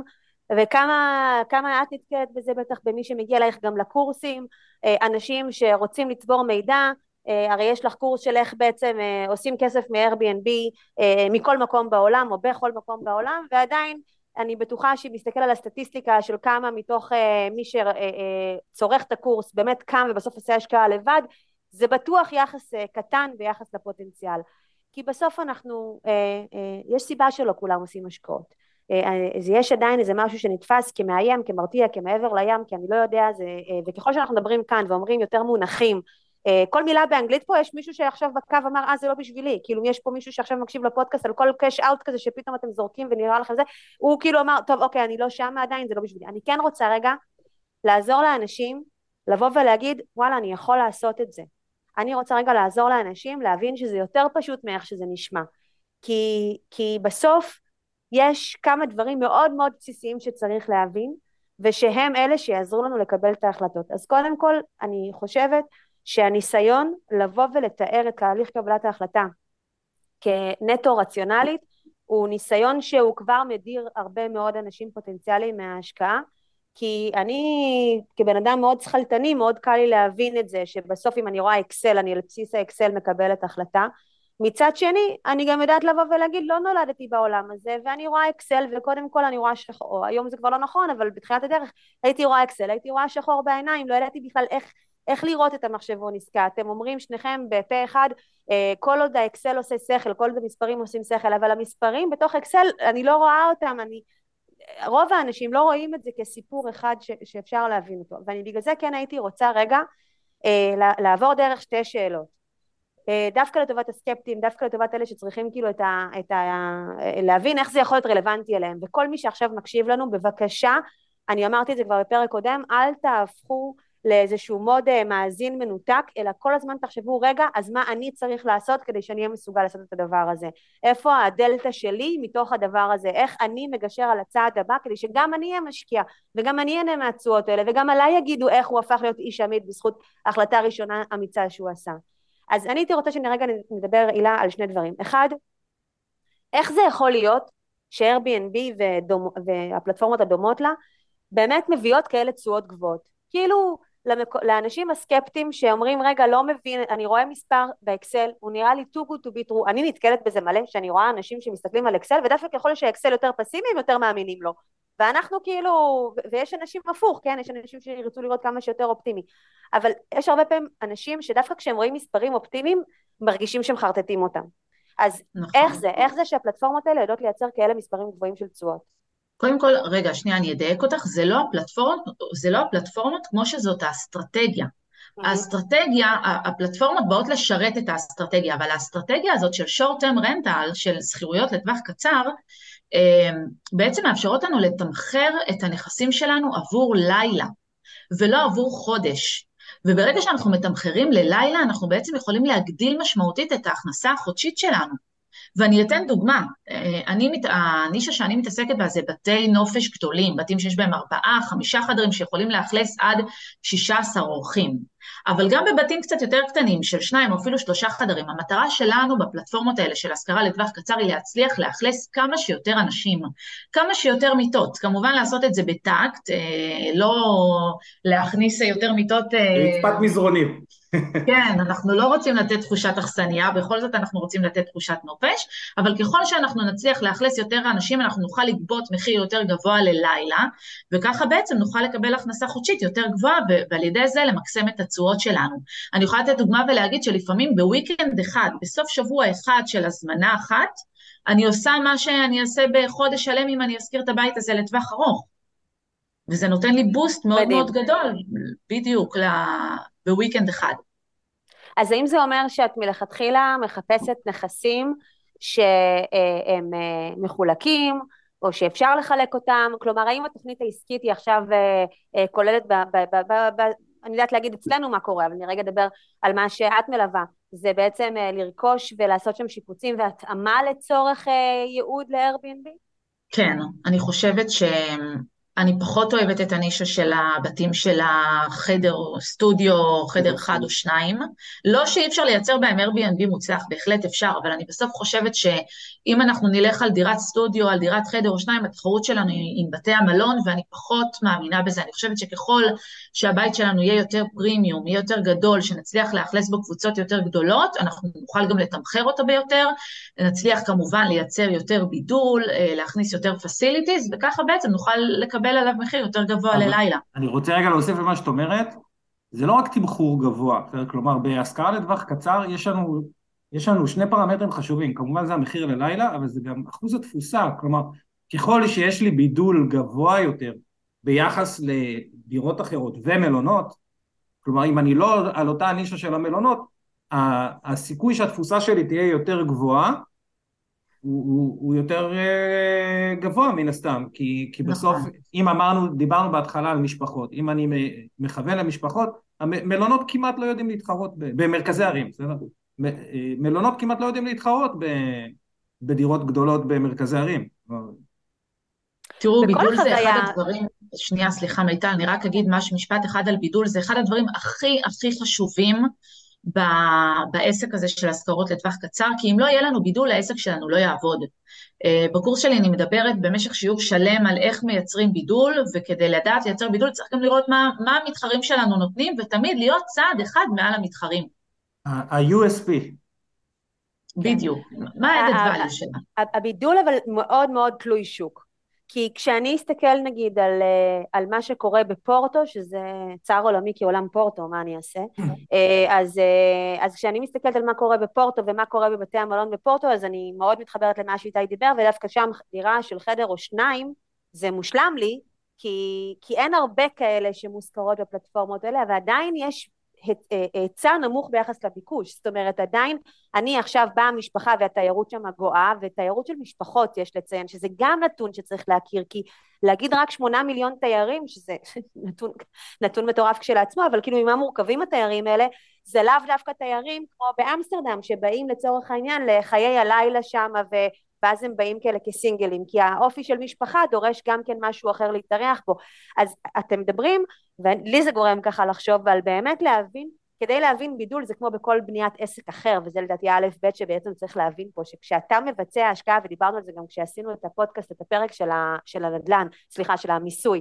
וכמה כמה את נתקלת בזה בטח במי שמגיע לך גם לקורסים, אנשים שרוצים לצבור מידע, הרי יש לך קורס של איך בעצם עושים כסף מ-Airbnb מכל מקום בעולם או בכל מקום בעולם, ועדיין אני בטוחה שהיא מסתכל על הסטטיסטיקה של כמה מתוך מי שצורך את הקורס באמת קם ובסוף עושה השקעה לבד, זה בטוח יחס קטן ביחס לפוטנציאל, כי בסוף אנחנו, יש סיבה שלא כולם עושים השקעות, יש עדיין איזה משהו שנתפס כמאיים, כמרתיע, כמעבר לים, כי אני לא יודע, זה, וככל שאנחנו מדברים כאן ואומרים יותר מונחים, כל מילה באנגלית פה, יש מישהו שעכשיו בקו אמר, אה זה לא בשבילי, כאילו יש פה מישהו שעכשיו מקשיב לפודקאסט על כל קאש אאוט כזה שפתאום אתם זורקים ונראה לכם זה, הוא כאילו אמר, טוב אוקיי אני לא שם עדיין, זה לא בשבילי. אני כן רוצה רגע לעזור לאנשים, לבוא ולהגיד וואלה אני יכול לעשות את זה, אני רוצה רגע לעזור לאנשים להבין שזה יותר פשוט מאיך שזה נשמע, כי, כי בסוף יש כמה דברים מאוד מאוד בסיסיים שצריך להבין, ושהם אלה שיעזרו לנו לקבל את ההחלטות. אז קודם כל אני חושבת שהניסיון לבוא ולתאר את תהליך קבלת ההחלטה כנטו רציונלית, הוא ניסיון שהוא כבר מדיר הרבה מאוד אנשים פוטנציאליים מההשקעה, כי אני כבן אדם מאוד שכלתני, מאוד קל לי להבין את זה, שבסוף אם אני רואה אקסל, אני על בסיס האקסל מקבלת החלטה, מצד שני, אני גם יודעת לבוא ולהגיד, לא נולדתי בעולם הזה, ואני רואה אקסל, וקודם כל אני רואה שחור, היום זה כבר לא נכון, אבל בתחילת הדרך הייתי רואה אקסל, הייתי רואה שחור בעיניים, לא ידעתי בכלל איך, איך לראות את המחשבון עסקה. אתם אומרים שניכם בפה אחד, כל עוד האקסל עושה שכל, כל עוד המספרים עושים שכל, אבל המספרים בתוך אקסל, אני לא רואה אותם, אני, רוב האנשים לא רואים את זה כסיפור אחד ש, שאפשר להבין אותו, ואני בגלל זה כן הייתי רוצה רגע, לעבור דרך שתי שאלות, דווקא לטובת הסקפטים, דווקא לטובת אלה שצריכים כאילו את ה, את ה, להבין איך זה יכול להיות רלוונטי אליהם, וכל מי שעכשיו מקשיב לנו, בבקשה, אני אמרתי את זה כבר בפרק קודם, אל תהפכו לאיזשהו מוד מאזין מנותק, אלא כל הזמן תחשבו, רגע, אז מה אני צריך לעשות כדי שאני אהיה מסוגל לעשות את הדבר הזה? איפה הדלטה שלי מתוך הדבר הזה? איך אני מגשר על הצעד הבא, כדי שגם אני אהיה משקיע, וגם אני אהנה מהתשואות האלה, וגם עליי יגידו איך הוא הפך להיות איש עמית בזכות החלטה ראשונה אמיצה שהוא עשה. אז אני הייתי רוצה שנרגע נדבר אילה על שני דברים. אחד, איך זה יכול להיות ש-Airbnb ודומ... והפלטפורמות הדומות לה באמת מביאות כאלה תשואות גבוהות? כאילו למק... לאנשים הסקפטיים שאומרים רגע לא מבין, אני רואה מספר באקסל, הוא נראה לי too good to be true, אני נתקלת בזה מלא, שאני רואה אנשים שמסתכלים על אקסל ודווקא ככל שהאקסל יותר פסימיים יותר מאמינים לו, ואנחנו כאילו, ויש אנשים הפוך, כן, יש אנשים שירצו לראות כמה שיותר אופטימי, אבל יש הרבה פעמים אנשים שדווקא כשהם רואים מספרים אופטימיים, מרגישים שהם חרטטים אותם. אז נכון. איך זה? איך זה שהפלטפורמות האלה יודעות לייצר כאלה מספרים גבוהים של תשואות? קודם כל, רגע, שנייה, אני אדייק אותך, זה לא הפלטפורמות, זה לא הפלטפורמות כמו שזאת האסטרטגיה. Mm-hmm. האסטרטגיה, הפלטפורמות באות לשרת את האסטרטגיה, אבל האסטרטגיה הזאת של short term rental, של שכירויות לטווח קצר, בעצם מאפשרות לנו לתמחר את הנכסים שלנו עבור לילה, ולא עבור חודש. וברגע שאנחנו מתמחרים ללילה, אנחנו בעצם יכולים להגדיל משמעותית את ההכנסה החודשית שלנו. ואני אתן דוגמה, אני, הנישה שאני מתעסקת בה זה בתי נופש גדולים, בתים שיש בהם ארבעה, חמישה חדרים שיכולים לאכלס עד שישה עשר אורחים. אבל גם בבתים קצת יותר קטנים, של שניים או אפילו שלושה חדרים, המטרה שלנו בפלטפורמות האלה של השכרה לטווח קצר היא להצליח לאכלס כמה שיותר אנשים, כמה שיותר מיטות, כמובן לעשות את זה בטקט, לא להכניס יותר מיטות... רצפת מזרונים. כן, אנחנו לא רוצים לתת תחושת אכסניה, בכל זאת אנחנו רוצים לתת תחושת נופש, אבל ככל שאנחנו נצליח לאכלס יותר אנשים, אנחנו נוכל לגבות מחיר יותר גבוה ללילה, וככה בעצם נוכל לקבל הכנסה חודשית יותר גבוהה, ועל ידי זה למקסם את התשואות שלנו. אני יכולה לתת דוגמה ולהגיד שלפעמים בוויקנד אחד, בסוף שבוע אחד של הזמנה אחת, אני עושה מה שאני אעשה בחודש שלם אם אני אזכיר את הבית הזה לטווח ארוך. וזה נותן לי בוסט מאוד מדהים. מאוד גדול, בדיוק בוויקנד אחד. אז האם זה אומר שאת מלכתחילה מחפשת נכסים שהם מחולקים, או שאפשר לחלק אותם? כלומר, האם התוכנית העסקית היא עכשיו כוללת, ב, ב, ב, ב, ב, אני יודעת להגיד אצלנו מה קורה, אבל אני רגע אדבר על מה שאת מלווה, זה בעצם לרכוש ולעשות שם שיפוצים והתאמה לצורך ייעוד ל-Airbnb? כן, אני חושבת ש... אני פחות אוהבת את הנישה של הבתים של החדר או סטודיו, חדר אחד או שניים. לא שאי אפשר לייצר בהם Airbnb מוצלח, בהחלט אפשר, אבל אני בסוף חושבת שאם אנחנו נלך על דירת סטודיו, על דירת חדר או שניים, התחרות שלנו היא עם בתי המלון, ואני פחות מאמינה בזה. אני חושבת שככל שהבית שלנו יהיה יותר פרימיום, יהיה יותר גדול, שנצליח לאכלס בו קבוצות יותר גדולות, אנחנו נוכל גם לתמחר אותו ביותר, נצליח כמובן לייצר יותר בידול, להכניס יותר פסיליטיז, וככה בעצם נוכל לקבל עליו מחיר יותר גבוה ללילה. אני רוצה רגע להוסיף למה שאת אומרת, זה לא רק תמחור גבוה, כלומר בהשכרה לטווח קצר יש לנו, יש לנו שני פרמטרים חשובים, כמובן זה המחיר ללילה, אבל זה גם אחוז התפוסה, כלומר ככל שיש לי בידול גבוה יותר ביחס לדירות אחרות ומלונות, כלומר אם אני לא על אותה הנישה של המלונות, הסיכוי שהתפוסה שלי תהיה יותר גבוהה, הוא, הוא, הוא יותר uh, גבוה מן הסתם, כי, כי בסוף, נכון. אם אמרנו, דיברנו בהתחלה על משפחות, אם אני מכוון למשפחות, המלונות כמעט לא יודעים להתחרות, במרכזי ערים, בסדר? מלונות כמעט לא יודעים להתחרות בדירות גדולות במרכזי ערים. תראו, בידול חוויה... זה אחד הדברים, שנייה, סליחה מיטל, אני רק אגיד משהו, משפט אחד על בידול, זה אחד הדברים הכי הכי חשובים, בעסק הזה של השכרות לטווח קצר, כי אם לא יהיה לנו בידול, העסק שלנו לא יעבוד. בקורס שלי אני מדברת במשך שיעור שלם על איך מייצרים בידול, וכדי לדעת לייצר בידול צריך גם לראות מה, מה המתחרים שלנו נותנים, ותמיד להיות צעד אחד מעל המתחרים. ה-יו אס פי. בדיוק. מה ה-added value שלה? הבידול אבל מאוד מאוד תלוי שוק. כי כשאני אסתכל נגיד על, על מה שקורה בפורטו, שזה צער עולמי כעולם פורטו, מה אני אעשה? אז, אז כשאני מסתכלת על מה קורה בפורטו ומה קורה בבתי המלון בפורטו, אז אני מאוד מתחברת למה שאיתי דיבר, ודווקא שם דירה של חדר או שניים, זה מושלם לי, כי, כי אין הרבה כאלה שמוזכרות בפלטפורמות האלה, ועדיין יש היצע נמוך ביחס לביקוש, זאת אומרת עדיין אני עכשיו באה משפחה והתיירות שם גואה, ותיירות של משפחות יש לציין שזה גם נתון שצריך להכיר, כי להגיד רק שמונה מיליון תיירים שזה נתון, נתון מטורף כשלעצמו, אבל כאילו ממה מורכבים התיירים האלה, זה לאו דווקא תיירים כמו באמסטרדם שבאים לצורך העניין לחיי הלילה שם ו... ואז הם באים כאלה כסינגלים, כי האופי של משפחה דורש גם כן משהו אחר להתארח בו. אז אתם מדברים, ולי זה גורם ככה לחשוב, על באמת להבין, כדי להבין בידול זה כמו בכל בניית עסק אחר, וזה לדעתי א' ב' שבעצם צריך להבין פה, שכשאתה מבצע השקעה, ודיברנו על זה גם כשעשינו את הפודקאסט, את הפרק של, ה, של הנדל"ן, סליחה, של המיסוי,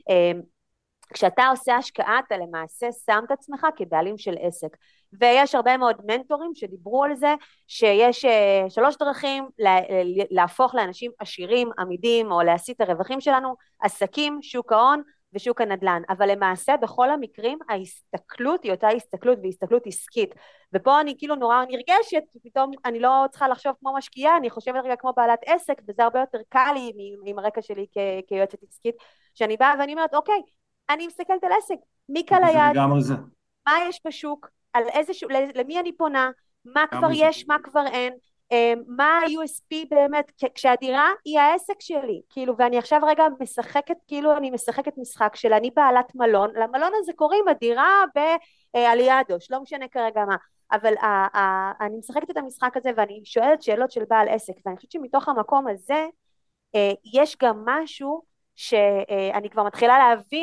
כשאתה עושה השקעה, אתה למעשה שם את עצמך כבעלים של עסק, ויש הרבה מאוד מנטורים שדיברו על זה, שיש שלוש דרכים להפוך לאנשים עשירים, עמידים, או להסיט הרווחים שלנו, עסקים, שוק ההון ושוק הנדל"ן, אבל למעשה בכל המקרים ההסתכלות היא אותה הסתכלות, והסתכלות עסקית, ופה אני כאילו נורא נרגשת, כי פתאום אני לא צריכה לחשוב כמו משקיעה, אני חושבת רגע כמו בעלת עסק, וזה הרבה יותר קל לי עם הרקע שלי כ- כיועצת עסקית, שאני באה ואני אומרת, אוקיי, אני מסתכלת על עסק, מי קל היד, מה יש בשוק, על איזה שוק, למי אני פונה, מה כבר יש, מה כבר אין, מה ה-יו אס פי באמת, כשהדירה היא העסק שלי, כאילו, ואני עכשיו רגע משחקת, כאילו אני משחקת משחק של אני בעלת מלון, למלון הזה קוראים הדירה באליאדוש, לא משנה כרגע מה, אבל אני משחקת את המשחק הזה, ואני שואלת שאלות של בעל עסק, ואני חושבת שמתוך המקום הזה, יש גם משהו שאני כבר מתחילה להבין,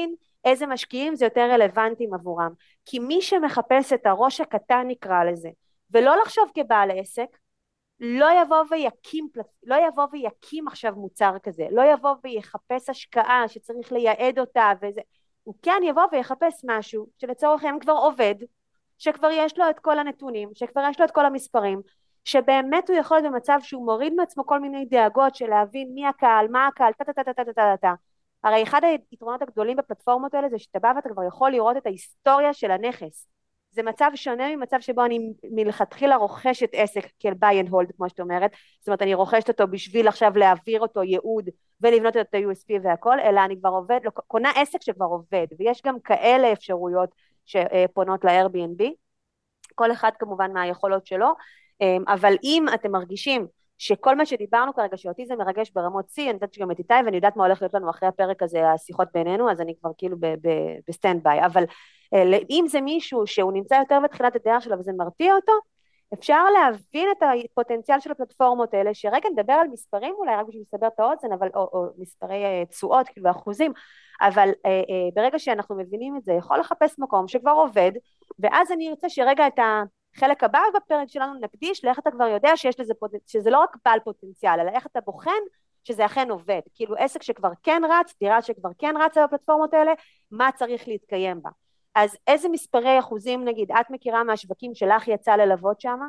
איזה משקיעים זה יותר רלוונטיים עבורם, כי מי שמחפש את הראש הקטן נקרא לזה, ולא לחשוב כבעל עסק, לא יבוא ויקים, לא יבוא ויקים עכשיו מוצר כזה, לא יבוא ויחפש השקעה שצריך לייעד אותה וזה, הוא כן יבוא ויחפש משהו שלצורך העניין כבר עובד, שכבר יש לו את כל הנתונים, שכבר יש לו את כל המספרים, שבאמת הוא יכול להיות במצב שהוא מוריד מעצמו כל מיני דאגות של להבין מי הקהל, מה הקהל, טה טה טה טה טה טה טה. הרי אחד היתרונות הגדולים בפלטפורמות האלה זה שאתה בא ואתה כבר יכול לראות את ההיסטוריה של הנכס. זה מצב שונה ממצב שבו אני מלכתחילה רוכשת עסק כאל buy and hold כמו שאת אומרת, זאת אומרת אני רוכשת אותו בשביל עכשיו להעביר אותו ייעוד ולבנות את ה-יו אס פי והכל, אלא אני כבר עובד, קונה עסק שכבר עובד, ויש גם כאלה אפשרויות שפונות ל-Airbnb, כל אחד כמובן מהיכולות שלו, אבל אם אתם מרגישים שכל מה שדיברנו כרגע, שאותי זה מרגש ברמות C, אני יודעת שגם את איתי, ואני יודעת מה הולך להיות לנו אחרי הפרק הזה, השיחות בינינו, אז אני כבר כאילו בסטנד ביי, אבל אם זה מישהו שהוא נמצא יותר בתחילת הדרך שלו וזה מרתיע אותו, אפשר להבין את הפוטנציאל של הפלטפורמות האלה, שרגע נדבר על מספרים אולי רק בשביל לסבר את האוזן, אבל, או, או מספרי תשואות כאילו אחוזים, אבל אה, אה, ברגע שאנחנו מבינים את זה, יכול לחפש מקום שכבר עובד, ואז אני ארצה שרגע את החלק הבא בפרק שלנו נקדיש, לאיך אתה כבר יודע שיש לזה פוטנציאל, שזה לא רק בעל פוטנציאל, אלא איך אתה בוחן שזה אכן עובד, כאילו עסק שכבר כן רץ, דירה שכבר כן רצה בפלטפורמות האלה, מה צריך להתקיים בה. אז איזה מספרי אחוזים נגיד, את מכירה מהשווקים שלך יצא ללוות שמה?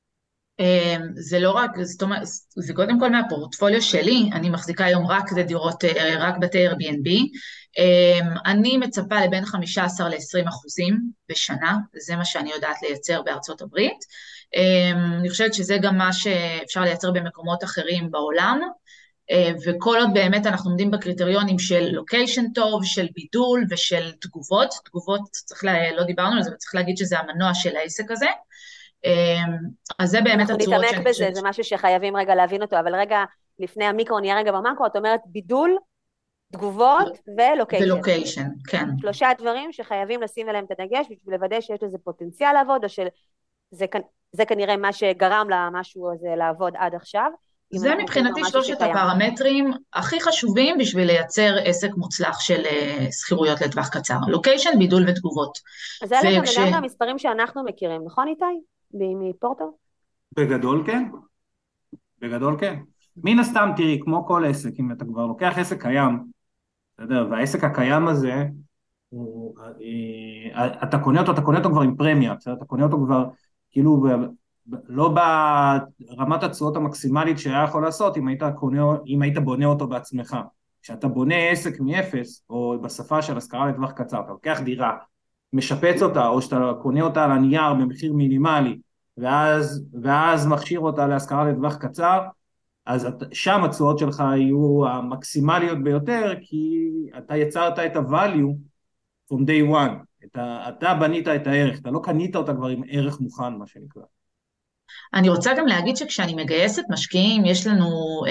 זה לא רק, זאת אומרת, זה קודם כל מהפורטפוליו שלי, אני מחזיקה היום רק דירות, רק בתי Airbnb, אני מצפה לבין חמישה עשר ל-עשרים אחוזים בשנה, זה מה שאני יודעת לייצר בארצות הברית, אני חושבת שזה גם מה שאפשר לייצר במקומות אחרים בעולם, וכל עוד באמת אנחנו עומדים בקריטריונים של לוקיישן טוב, של בידול ושל תגובות, תגובות, צריך לה, לא דיברנו על זה, צריך להגיד שזה המנוע של העסק הזה, אז זה באמת הצורות שאני חושבת. בזה, זה משהו שחייבים רגע להבין אותו, אבל רגע לפני המיקרו, נהיה רגע במקרו, את אומרת בידול, תגובות ולוקיישן. ולוקיישן, כן. שלושה דברים שחייבים לשים אליהם את הדגש, בשביל לוודא שיש לזה פוטנציאל לעבוד, או שזה כנראה מה שגרם למשהו הזה לעבוד עד עכשיו. זה מבחינתי שלושת הפרמטרים הכי חשובים בשביל לייצר עסק מוצלח של שכירויות לטווח קצר. לוקיישן, בידול ותגובות. אז אלה גם לגמרי המספרים שאנחנו מכירים, נכון איתי? מפורטו? בגדול כן. בגדול כן. מן הסתם תראי, כמו כל עסק, אם אתה כבר לוקח עסק קיים, בסדר, והעסק הקיים הזה, הוא, אתה קונה אותו, אתה קונה אותו כבר עם פרמיה, בסדר? אתה קונה אותו כבר כאילו לא ברמת התשואות המקסימלית שהיה יכול לעשות אם היית, קונה, אם היית בונה אותו בעצמך. כשאתה בונה עסק מאפס, או בשפה של השכרה לטווח קצר, אתה לוקח דירה, משפץ אותה, או שאתה קונה אותה על הנייר במחיר מינימלי, ואז, ואז מכשיר אותה להשכרה לטווח קצר, אז שם התשואות שלך יהיו המקסימליות ביותר, כי אתה יצרת את ה-value from day one, אתה, אתה בנית את הערך, אתה לא קנית אותה כבר עם ערך מוכן, מה שנקרא. אני רוצה גם להגיד שכשאני מגייסת משקיעים, יש לנו,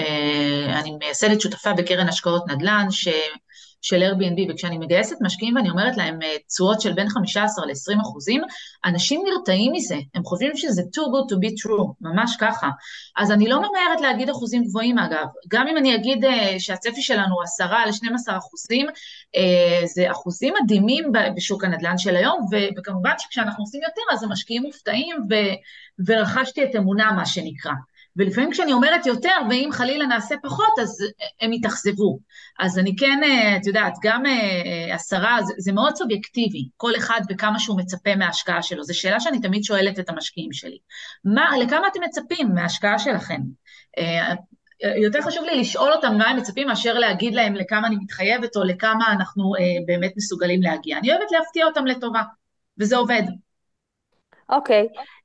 אה, אני מייסדת שותפה בקרן השקעות נדל"ן, ש... של Airbnb, וכשאני מגייסת משקיעים ואני אומרת להם תשואות של בין חמישה עשר ל-עשרים אחוזים, אנשים נרתעים מזה, הם חושבים שזה too good to be true, ממש ככה. אז אני לא ממהרת להגיד אחוזים גבוהים אגב, גם אם אני אגיד שהצפי שלנו הוא עשרה ל-שנים עשר אחוזים, זה אחוזים מדהימים בשוק הנדל"ן של היום, וכמובן שכשאנחנו עושים יותר, אז המשקיעים מופתעים, ורכשתי את אמונה מה שנקרא. ולפעמים כשאני אומרת יותר, ואם חלילה נעשה פחות, אז הם יתאכזבו. אז אני כן, את יודעת, גם עשרה, זה, זה מאוד סובייקטיבי, כל אחד וכמה שהוא מצפה מההשקעה שלו. זו שאלה שאני תמיד שואלת את המשקיעים שלי. מה, לכמה אתם מצפים מההשקעה שלכם? יותר חשוב לי לשאול אותם מה הם מצפים, מאשר להגיד להם לכמה אני מתחייבת, או לכמה אנחנו באמת מסוגלים להגיע. אני אוהבת להפתיע אותם לטובה, וזה עובד. אוקיי.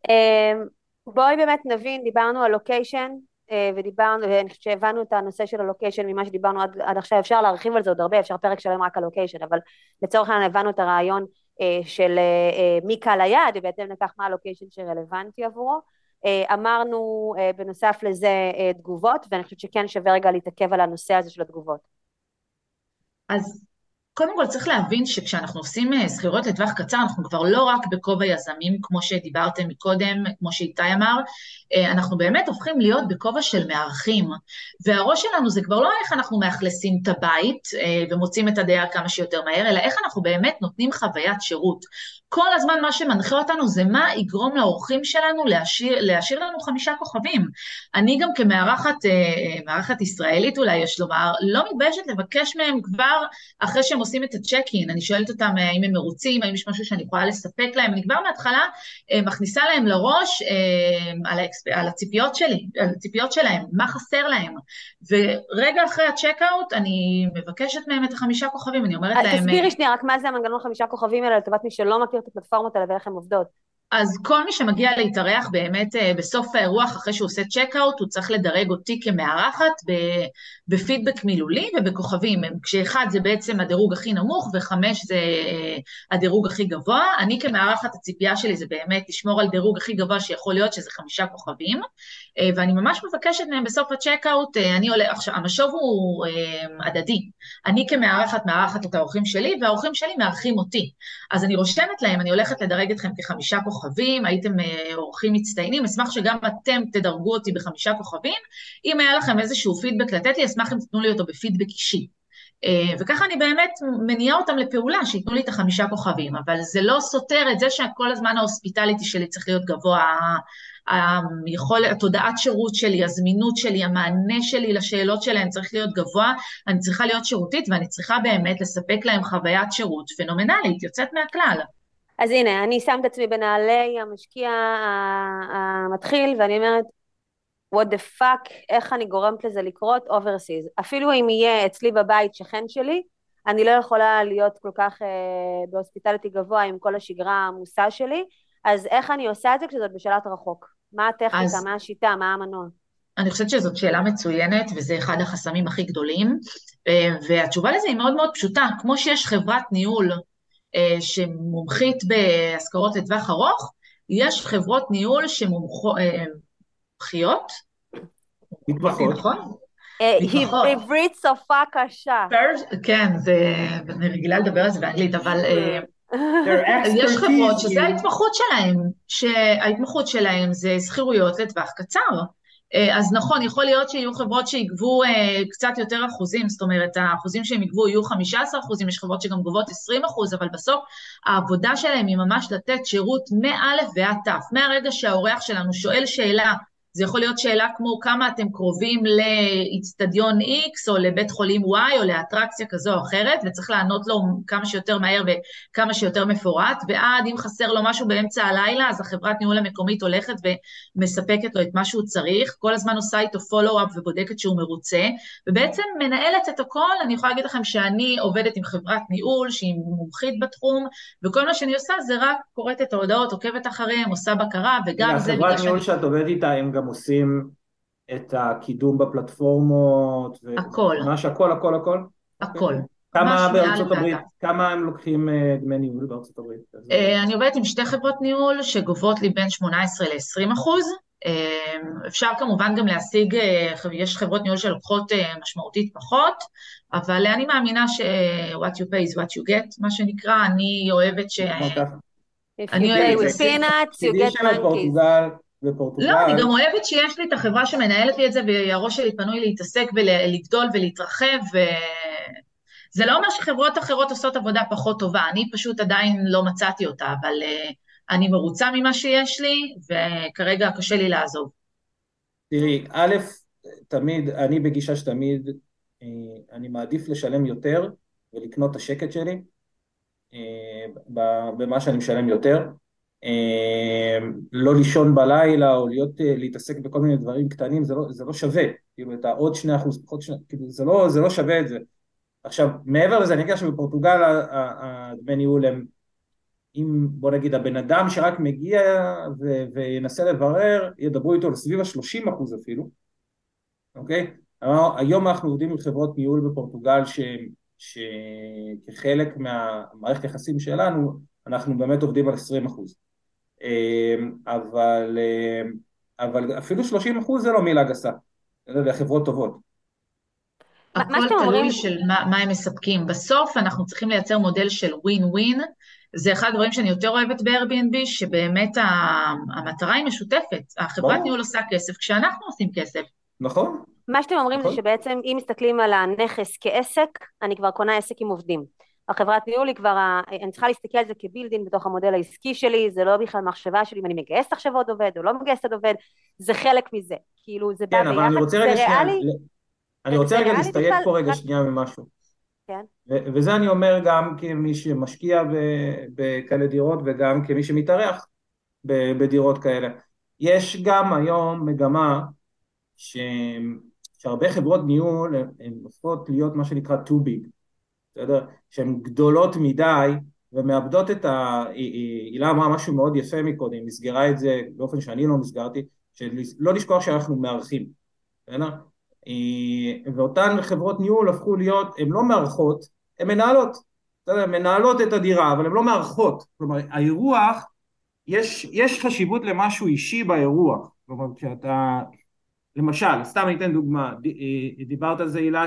בואי באמת נבין, דיברנו על לוקיישן, ודיברנו, ואני חושבת שהבנו את הנושא של הלוקיישן ממה שדיברנו עד, עד עכשיו, אפשר להרחיב על זה עוד הרבה, אפשר פרק שלם רק על לוקיישן, אבל לצורך העניין הבנו את הרעיון של מי קהל היעד, ובהתאם לכך מה הלוקיישן שרלוונטי עבורו. אמרנו בנוסף לזה תגובות, ואני חושבת שכן שווה רגע להתעכב על הנושא הזה של התגובות. אז קודם כל צריך להבין שכשאנחנו עושים אה, שכירות לטווח קצר, אנחנו כבר לא רק בכובע יזמים, כמו שדיברתם מקודם, כמו שאיתי אמר, אה, אנחנו באמת הופכים להיות בכובע של מארחים, והראש שלנו זה כבר לא איך אנחנו מאכלסים את הבית אה, ומוצאים את הדייר כמה שיותר מהר, אלא איך אנחנו באמת נותנים חוויית שירות. כל הזמן מה שמנחה אותנו זה מה יגרום לאורחים שלנו להשאיר, להשאיר לנו חמישה כוכבים. אני גם כמארחת, אה, מארחת ישראלית אולי יש לומר, לא מתביישת לבקש מהם כבר אחרי שהם עושים את הצ'ק-אין, אני שואלת אותם אה, האם הם מרוצים, האם יש משהו שאני יכולה לספק להם, אני כבר מההתחלה אה, מכניסה להם לראש אה, על, האקספ... על הציפיות שלי, על הציפיות שלהם, מה חסר להם, ורגע אחרי הצ'ק-אאוט אני מבקשת מהם את החמישה כוכבים, אני אומרת להם... תסבירי שנייה, רק מה זה המנגנון חמישה כוכבים האלה, לטובת מי שלא מכיר את הפלטפורמות האלה ואיך הן עובדות. אז כל מי שמגיע להתארח באמת בסוף האירוח, אחרי שהוא עושה צ'ק-אוט, הוא צריך לדרג אותי כמארחת בפידבק מילולי ובכוכבים. כשאחד זה בעצם הדירוג הכי נמוך, וחמש זה הדירוג הכי גבוה. אני כמארחת, הציפייה שלי זה באמת לשמור על דירוג הכי גבוה שיכול להיות שזה חמישה כוכבים, ואני ממש מבקשת מהם בסוף הצ'ק-אוט, אני עולה, עכשיו, המשוב הוא הדדי. אני כמארחת מארחת את האורחים שלי, והאורחים שלי מארחים אותי. אז אני רושמת להם, אני הולכת לדרג אתכם כחמישה כוכבים, הייתם אורחים מצטיינים, אשמח שגם אתם תדרגו אותי בחמישה כוכבים, אם היה לכם איזשהו פידבק לתת לי, אשמח אם תתנו לי אותו בפידבק אישי. וככה אני באמת מניעה אותם לפעולה, שיתנו לי את החמישה כוכבים, אבל זה לא סותר את זה שכל הזמן ההוספיטליטי שלי צריך להיות גבוה, היכול, התודעת שירות שלי, הזמינות שלי, המענה שלי לשאלות שלהם צריך להיות גבוה, אני צריכה להיות שירותית ואני צריכה באמת לספק להם חוויית שירות פנומנלית, יוצאת מהכלל. אז הנה, אני שם את עצמי בנעלי המשקיע המתחיל, ואני אומרת, what the fuck, איך אני גורמת לזה לקרות overseas. אפילו אם יהיה אצלי בבית שכן שלי, אני לא יכולה להיות כל כך אה, בהוספיטליטי גבוה עם כל השגרה העמוסה שלי, אז איך אני עושה את זה כשזאת בשלט רחוק? מה הטכניקה, אז... מה השיטה, מה המנוע? אני חושבת שזאת שאלה מצוינת, וזה אחד החסמים הכי גדולים, והתשובה לזה היא מאוד מאוד פשוטה, כמו שיש חברת ניהול שמומחית בהשכרות לטווח ארוך, יש חברות ניהול שמומחיות, נכון? עברית שפה קשה. כן, אני רגילה לדבר על זה באנגלית, אבל יש חברות שזה ההתמחות שלהם, שההתמחות שלהם זה שכירויות לטווח קצר. אז נכון, יכול להיות שיהיו חברות שיגבו קצת יותר אחוזים, זאת אומרת, האחוזים שהם יגבו יהיו חמישה עשר אחוזים, יש חברות שגם גובות עשרים אחוז, אבל בסוף העבודה שלהם היא ממש לתת שירות מא' ועד ת'. מהרגע שהאורח שלנו שואל שאלה, זה יכול להיות שאלה כמו כמה אתם קרובים לאצטדיון X או לבית חולים Y או לאטרקציה כזו או אחרת, וצריך לענות לו כמה שיותר מהר וכמה שיותר מפורט, ועד אם חסר לו משהו באמצע הלילה, אז החברת ניהול המקומית הולכת ומספקת לו את מה שהוא צריך, כל הזמן עושה איתו פולו-אפ ובודקת שהוא מרוצה, ובעצם מנהלת את הכל. אני יכולה להגיד לכם שאני עובדת עם חברת ניהול שהיא מומחית בתחום, וכל מה שאני עושה זה רק קוראת את ההודעות, עוקבת אחריהם, עושה בקרה, וגם זה... החברת ניהול שאת עובדת איתה, הם גם עושים את הקידום בפלטפורמות, הכל. ממש הכל, הכל, הכל? הכל. כמה בארצות הברית, כמה הם לוקחים דמי ניהול בארצות הברית? אני עובדת עם שתי חברות ניהול שגובות לי בין שמונה עשרה ל-עשרים אחוז, אפשר כמובן גם להשיג, יש חברות ניהול שלוקחות משמעותית פחות, אבל אני מאמינה ש-what you pay is what you get, מה שנקרא, אני אוהבת ש... If you pay with peanuts, you get monkeys. לא, אני גם אוהבת שיש לי את החברה שמנהלת לי את זה, והראש שלי פנוי להתעסק ולגדול ולהתרחב, וזה לא אומר שחברות אחרות עושות עבודה פחות טובה, אני פשוט עדיין לא מצאתי אותה, אבל אני מרוצה ממה שיש לי, וכרגע קשה לי לעזוב. תראי, א', תמיד, אני בגישה שתמיד, אני מעדיף לשלם יותר, ולקנות את השקט שלי, במה שאני משלם יותר, לא לישון בלילה או להיות, להתעסק בכל מיני דברים קטנים, זה לא, זה לא שווה, כאילו את העוד שני אחוז, פחות שני, כאילו זה לא, זה לא שווה את זה. עכשיו, מעבר לזה, אני אגיד שבפורטוגל הדמי ניהול הם, אם בוא נגיד הבן אדם שרק מגיע ו- וינסה לברר, ידברו איתו לסביב ה-שלושים אחוז אפילו, אוקיי? היום אנחנו עובדים עם חברות ניהול בפורטוגל שהם, שכחלק מהמערכת יחסים שלנו, אנחנו באמת עובדים על עשרים אחוז. אבל, אבל אפילו שלושים אחוז זה לא מילה גסה, זה חברות טובות. מה, מה הכל שאתם תלוי אומרים, של מה, מה הם מספקים. בסוף אנחנו צריכים לייצר מודל של ווין ווין, זה אחד הדברים שאני יותר אוהבת ב-Airbnb, שבאמת ה- המטרה היא משותפת, החברת ניהול ברור, עושה כסף כשאנחנו עושים כסף. נכון, מה שאתם אומרים זה נכון. שבעצם אם מסתכלים על הנכס כעסק, אני כבר קונה עסק עם עובדים. החברת ניהול היא כבר, ה- אני צריכה להסתכל על זה כבילדין בתוך המודל העסקי שלי, זה לא בכלל מחשבה שלי אם אני מגייס עכשיו עוד עובד או לא מגייס עוד עובד, זה חלק מזה, כאילו זה בא כן, אבל אני ביחד, רוצה זה רגע שנייה, ריאלי, אני זה, רוצה זה רגע ריאלי להסתייג בכלל, פה רגע רק, שנייה ממשהו. כן, ו- וזה אני אומר גם כמי שמשקיע ב- בכאלה דירות וגם כמי שמתארח ב- בדירות כאלה. יש גם היום מגמה ש... שהרבה חברות ניהול הן הן הופכות להיות מה שנקרא too big, בסדר? שהן גדולות מדי ומאבדות את ה... הילה אמרה משהו מאוד יפה מקודם, היא מסגרה את זה באופן שאני לא מסגרתי, שלא לשכוח שאנחנו מארחים, בסדר? אה, ואותן חברות ניהול הפכו להיות, הן לא מארחות, הן מנהלות, בסדר? הן מנהלות את הדירה, אבל הן לא מארחות, כלומר האירוח, יש, יש חשיבות למשהו אישי באירוח, כלומר כשאתה, למשל, סתם אני אתן דוגמה, ד- אה, דיברת על זה הילה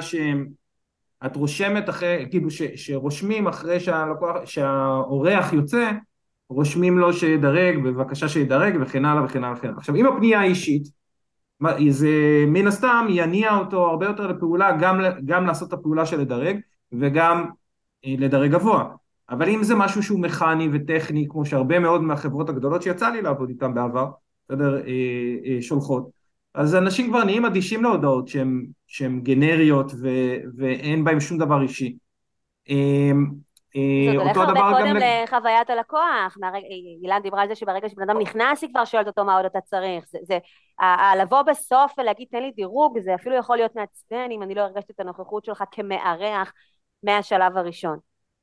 שאת רושמת אחרי, כאילו ש, שרושמים אחרי שהלקוח, שהאורח יוצא, רושמים לו שידרג, בבקשה שידרג וכן הלאה וכן הלאה וכן הלאה. עכשיו אם הפנייה האישית, מה- זה מן הסתם יניע אותו הרבה יותר לפעולה, גם, גם לעשות את הפעולה של לדרג וגם אה, לדרג גבוה. אבל אם זה משהו שהוא מכני וטכני, כמו שהרבה מאוד מהחברות הגדולות שיצא לי לעבוד איתן בעבר, בסדר, אה, אה, שולחות, אז אנשים כבר נהיים אדישים להודעות שהן, שהן גנריות ו, ואין בהן שום דבר אישי. אה, זה אה, עוד הולך אותו הרבה דבר גם קודם לג... לחוויית הלקוח, מהרג... אילן דיברה על זה שברגע שבן אדם נכנס היא כבר שואלת אותו מה עוד אתה צריך, זה, זה, ה- ה- לבוא בסוף ולהגיד תן לי דירוג, זה אפילו יכול להיות מעצבן אם אני לא הרגשתי את הנוכחות שלך כמארח מהשלב הראשון.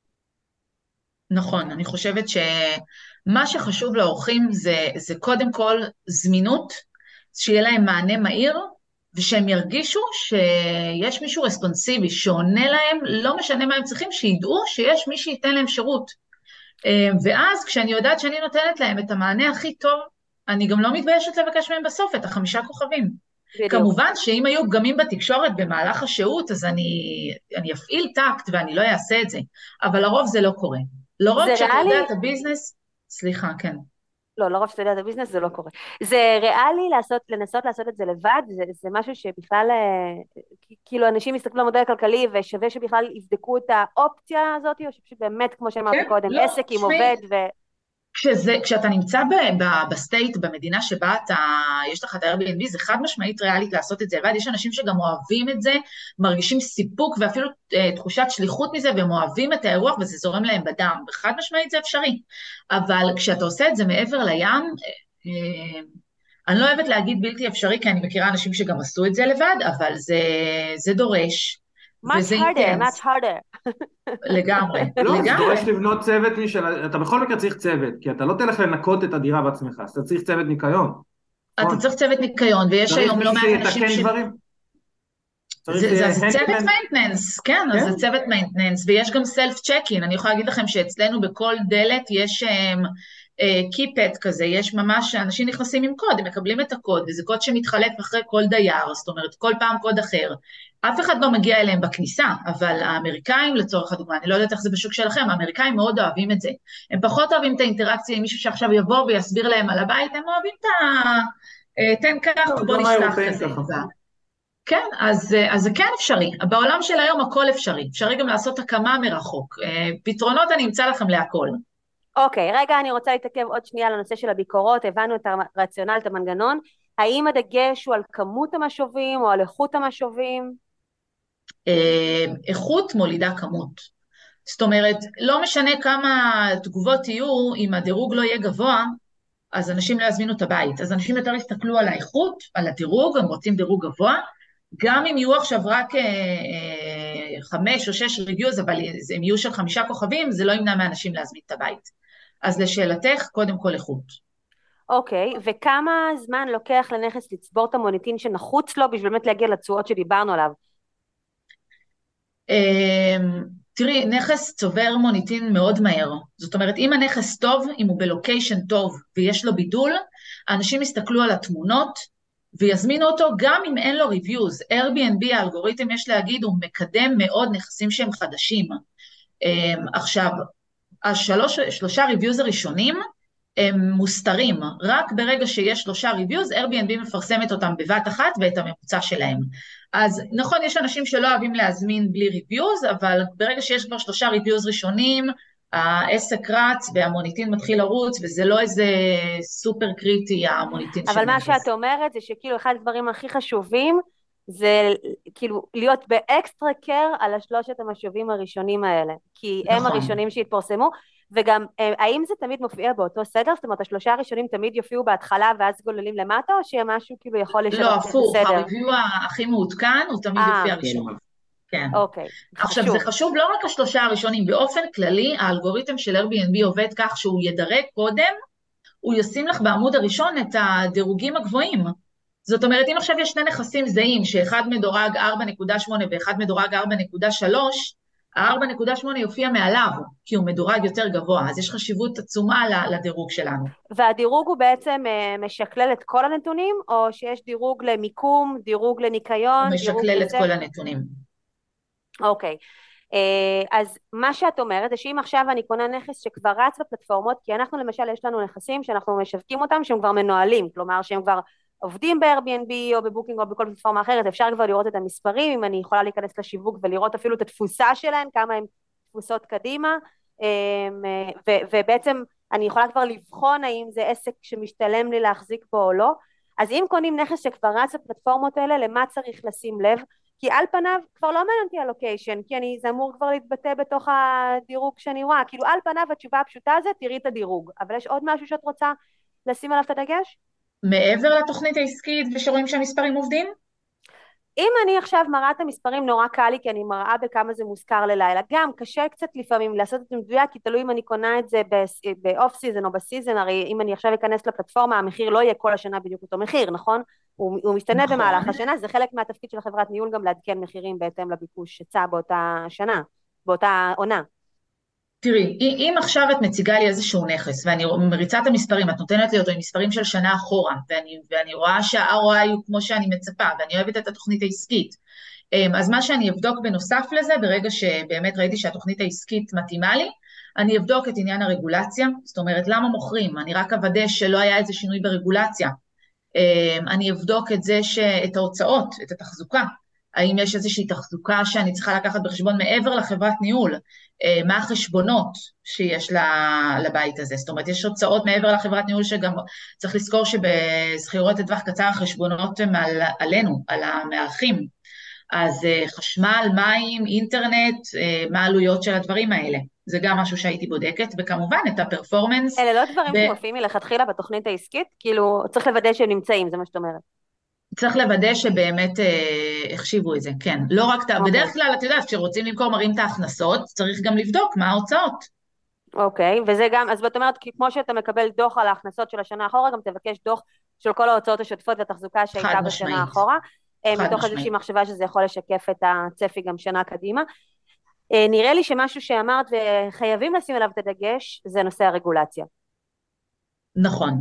נכון, אני חושבת שמה שחשוב לאורחים זה, זה קודם כל זמינות, שיהיה להם מענה מהיר, ושהם ירגישו שיש מישהו רספונסיבי שעונה להם, לא משנה מה הם צריכים, שידעו שיש מי שייתן להם שירות. אה, ואז כשאני יודעת שאני נותנת להם את המענה הכי טוב, אני גם לא מתביישת לבקש מהם בסוף את החמישה כוכבים. בדיוק. כמובן שאם היו פגמים בתקשורת במהלך השהות, אז אני, אני אפעיל טקט ואני לא אעשה את זה, אבל לרוב זה לא קורה. לרוב זה כשאתה יודע ריאלי? את הביזנס, סליחה, כן. לא, לרוב שאתה יודע את הביזנס זה לא קורה. זה ריאלי לעשות, לנסות לעשות את זה לבד, זה, זה משהו שבכלל, אה, כאילו אנשים יסתכלו על המודל הכלכלי ושווה שבכלל יבדקו את האופציה הזאת, או שפשוט באמת, כמו שאמרתי כן, קודם, לא, עסק עם תשמעי, עובד ו... כשזה, כשאתה נמצא ב, ב, בסטייט, במדינה שבה אתה, יש לך את ה-Airbnb, זה חד משמעית ריאלית לעשות את זה לבד, יש אנשים שגם אוהבים את זה, מרגישים סיפוק ואפילו אה, תחושת שליחות מזה, והם אוהבים את האירוח וזה זורם להם בדם, וחד משמעית זה אפשרי. אבל כשאתה עושה את זה מעבר לים, אה, אה, אני לא אוהבת להגיד בלתי אפשרי, כי אני מכירה אנשים שגם עשו את זה לבד, אבל זה, זה דורש, much וזה harder, much אינטנס, harder. לגמרי, לא, זה לגמרי. דורש לבנות צוות משל... אתה בכל מקרה צריך צוות, כי אתה לא תלך לנקות את הדירה בעצמך, אז אתה צריך צוות ניקיון. אתה נכון? צריך צוות ניקיון, ויש צריך היום לא מישהו מעט אנשים שיתקן ש... דברים. צריך זה, זה, זה צוות הנדמן. מיינטננס, כן, אז כן? זה צוות מיינטננס, ויש גם סלף צ'קין, אני יכולה להגיד לכם שאצלנו בכל דלת יש קיפט כזה, יש ממש, אנשים נכנסים עם קוד, הם מקבלים את הקוד, וזה קוד שמתחלף אחרי כל דייר, זאת אומרת, כל פעם קוד אחר. אף אחד לא מגיע אליהם בכניסה, אבל האמריקאים, לצורך הדוגמה, אני לא יודעת איך זה בשוק שלכם, האמריקאים מאוד אוהבים את זה. הם פחות אוהבים את האינטראקציה עם מישהו שעכשיו יבוא ויסביר להם על הבית, הם אוהבים את ה... אה, תן כך, טוב, בוא גם נפתח האירופאים כזה. ככה. כן, אז, אז זה כן אפשרי. בעולם של היום הכל אפשרי. אפשרי גם לעשות הקמה מרחוק. אה, פתרונות אני אמצא לכם להכל. אוקיי, רגע, אני רוצה להתעכב עוד שנייה על הנושא של הביקורות, הבנו את הרציונל, את המנגנון, האם הדגש הוא על כמות המשובים או על איכות המשובים? אה, איכות מולידה כמות. זאת אומרת, לא משנה כמה תגובות יהיו, אם הדירוג לא יהיה גבוה, אז אנשים לא יזמינו את הבית. אז אנשים יותר יסתכלו על האיכות, על הדירוג, הם רוצים דירוג גבוה, גם אם יהיו עכשיו רק אה, אה, חמש או שש ריוויוז, אבל הם יהיו של חמישה כוכבים, זה לא ימנע מאנשים להזמין את הבית. אז לשאלתך, קודם כל איכות. אוקיי, וכמה זמן לוקח לנכס לצבור את המוניטין שנחוץ לו בשביל באמת להגיע לתשואות שדיברנו עליו? תראי, נכס צובר מוניטין מאוד מהר. זאת אומרת, אם הנכס טוב, אם הוא בלוקיישן טוב ויש לו בידול, האנשים יסתכלו על התמונות, ויזמינו אותו גם אם אין לו reviews. Airbnb, האלגוריתם יש להגיד, הוא מקדם מאוד נכסים שהם חדשים. עכשיו, השלוש, שלושה reviews הראשונים הם מוסתרים, רק ברגע שיש שלושה reviews, Airbnb מפרסמת אותם בבת אחת ואת הממוצע שלהם. אז נכון, יש אנשים שלא אוהבים להזמין בלי reviews, אבל ברגע שיש כבר שלושה reviews ראשונים, העסק רץ והמוניטין מתחיל לרוץ, וזה לא איזה סופר קריטי המוניטין של נכס. אבל מה שאת אומרת זה שכאילו אחד הדברים הכי חשובים, זה כאילו להיות באקסטרה קר על השלושת המשובים הראשונים האלה, כי הם הראשונים שהתפרסמו, וגם האם זה תמיד מופיע באותו סדר? זאת אומרת, השלושה הראשונים תמיד יופיעו בהתחלה ואז גוללים למטה, או שיהיה משהו כאילו יכול לשנות את הסדר? לא, הפוך, הריוויו הכי מעודכן הוא תמיד יופיע ראשון. כן. אוקיי. עכשיו, זה חשוב לא רק השלושה הראשונים, באופן כללי, האלגוריתם של Airbnb עובד כך שהוא ידרג קודם, הוא ישים לך בעמוד הראשון את הדירוגים הגבוהים. זאת אומרת, אם עכשיו יש שני נכסים זהים, שאחד מדורג ארבע נקודה שמונה ואחד מדורג ארבע נקודה שלוש, ה-ארבע נקודה שמונה יופיע מעליו, כי הוא מדורג יותר גבוה, אז יש חשיבות עצומה לדירוג שלנו. והדירוג הוא בעצם משקלל את כל הנתונים, או שיש דירוג למיקום, דירוג לניקיון? הוא משקלל את כל הנתונים. אוקיי. אז מה שאת אומרת, זה שאם עכשיו אני קונה נכס שכבר רץ בפלטפורמות, כי אנחנו למשל יש לנו נכסים שאנחנו משווקים אותם, שהם כבר מנוהלים, כלומר שהם כבר עובדים ב-Airbnb או בבוקינג או בכל פלטפורמה אחרת, אפשר כבר לראות את המספרים, אם אני יכולה להיכנס לשיווק ולראות אפילו את התפוסה שלהן, כמה הן תפוסות קדימה, ובעצם אני יכולה כבר לבחון האם זה עסק שמשתלם לי להחזיק בו או לא. אז אם קונים נכס שכבר רץ בפלטפורמות האלה, למה צריך לשים לב? כי על פניו כבר לא מעניין אותי הלוקיישן, כי אני, זה אמור כבר להתבטא בתוך הדירוג שאני רואה, כאילו על פניו התשובה הפשוטה זה, תראי את הדירוג, אבל יש עוד משהו שאת רוצה לשים עליו את הדגש? מעבר לתוכנית העסקית ושרואים שהמספרים עובדים? אם אני עכשיו מראה את המספרים נורא קל לי, כי אני מראה בכמה זה מוזכר ללילה, גם קשה קצת לפעמים לעשות את זה מדויק, כי תלוי אם אני קונה את זה באוף סיזן או בסיזן, הרי אם אני עכשיו אכנס לפלטפורמה, המחיר לא יהיה כל השנה בדיוק אותו מחיר, נכון? הוא, הוא משתנה נכון. במהלך השנה, זה חלק מהתפקיד של חברת ניהול גם לעדכן מחירים בהתאם לביקוש שצא באותה שנה, באותה עונה. תראי, אם עכשיו את מציגה לי איזשהו נכס, ואני מריצה את המספרים, את נותנת לי אותו עם מספרים של שנה אחורה, ואני, ואני רואה שה-אר או איי הוא כמו שאני מצפה, ואני אוהבת את התוכנית העסקית, אז מה שאני אבדוק בנוסף לזה, ברגע שבאמת ראיתי שהתוכנית העסקית מתאימה לי, אני אבדוק את עניין הרגולציה, זאת אומרת, למה מוכרים? אני רק אוודא שלא היה איזה שינוי ברגולציה, אני אבדוק את זה, את ההוצאות, את התחזוקה, האם יש איזושהי תחזוקה שאני צריכה לקחת בחשבון מעבר לחברת ניהול, מה החשבונות שיש לבית הזה, זאת אומרת, יש הוצאות מעבר לחברת ניהול שגם צריך לזכור שבסחירות לטווח קצר החשבונות הם על, עלינו, על המארחים, אז חשמל, מים, אינטרנט, מה העלויות של הדברים האלה, זה גם משהו שהייתי בודקת, וכמובן את הפרפורמנס. אלה לא דברים ב... שמופיעים מלכתחילה בתוכנית העסקית, כאילו צריך לוודא שהם נמצאים, זה מה שאת אומרת. צריך לוודא שבאמת אה, החשיבו את זה, כן. לא רק, okay. בדרך כלל, את יודעת, כשרוצים למכור מראים את ההכנסות, צריך גם לבדוק מה ההוצאות. אוקיי, okay. וזה גם, אז זאת אומרת, כמו שאתה מקבל דוח על ההכנסות של השנה האחורה, גם תבקש דוח של כל ההוצאות השוטפות והתחזוקה שהייתה בשנה האחורה, מתוך איזושהי מחשבה שזה יכול לשקף את הצפי גם שנה קדימה. נראה לי שמשהו שאמרת וחייבים לשים עליו את הדגש, זה נושא הרגולציה. נכון.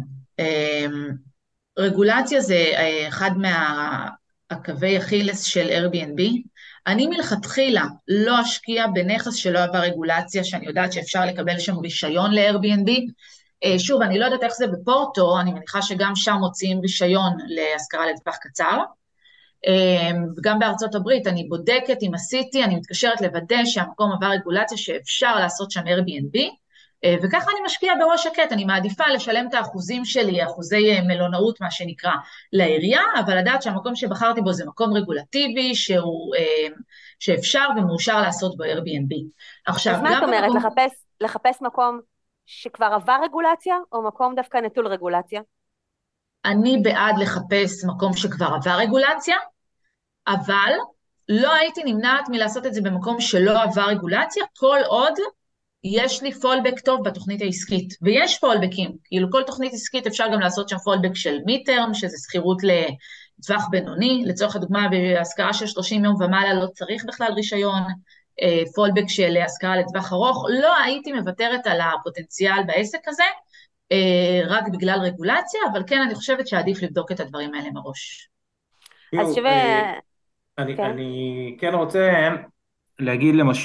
רגולציה זה אחד מהקווי אכילס של Airbnb. אני מלכתחילה לא אשקיע בנכס שלא עבר רגולציה, שאני יודעת שאפשר לקבל שם רישיון ל-Airbnb. שוב, אני לא יודעת איך זה בפורטו, אני מניחה שגם שם מוציאים רישיון להשכרה לטווח קצר. וגם בארצות הברית אני בודקת אם עשיתי, אני מתקשרת לוודא שהמקום עבר רגולציה שאפשר לעשות שם Airbnb, וככה אני משקיעה בראש שקט, אני מעדיפה לשלם את האחוזים שלי, אחוזי מלונאות מה שנקרא, לעירייה, אבל לדעת שהמקום שבחרתי בו זה מקום רגולטיבי, שהוא, שאפשר ומאושר לעשות בו Airbnb. עכשיו, אז מה את אומרת, במקום... לחפש, לחפש מקום שכבר עבר רגולציה, או מקום דווקא נטול רגולציה? אני בעד לחפש מקום שכבר עבר רגולציה, אבל לא הייתי נמנעת מלעשות את זה במקום שלא עבר רגולציה, כל עוד יש לי פולבק טוב בתוכנית העסקית, ויש פולבקים, כאילו כל תוכנית עסקית אפשר גם לעשות שם פולבק של מיטרם, שזה שכירות לטווח בינוני, לצורך הדוגמה בהשכרה של שלושים יום ומעלה לא צריך בכלל רישיון, פולבק של השכרה לטווח ארוך, לא הייתי מוותרת על הפוטנציאל בעסק הזה, רק בגלל רגולציה, אבל כן, אני חושבת שעדיף לבדוק את הדברים האלה מראש. אז שווה, אני, כן. אני כן רוצה להגיד למשל,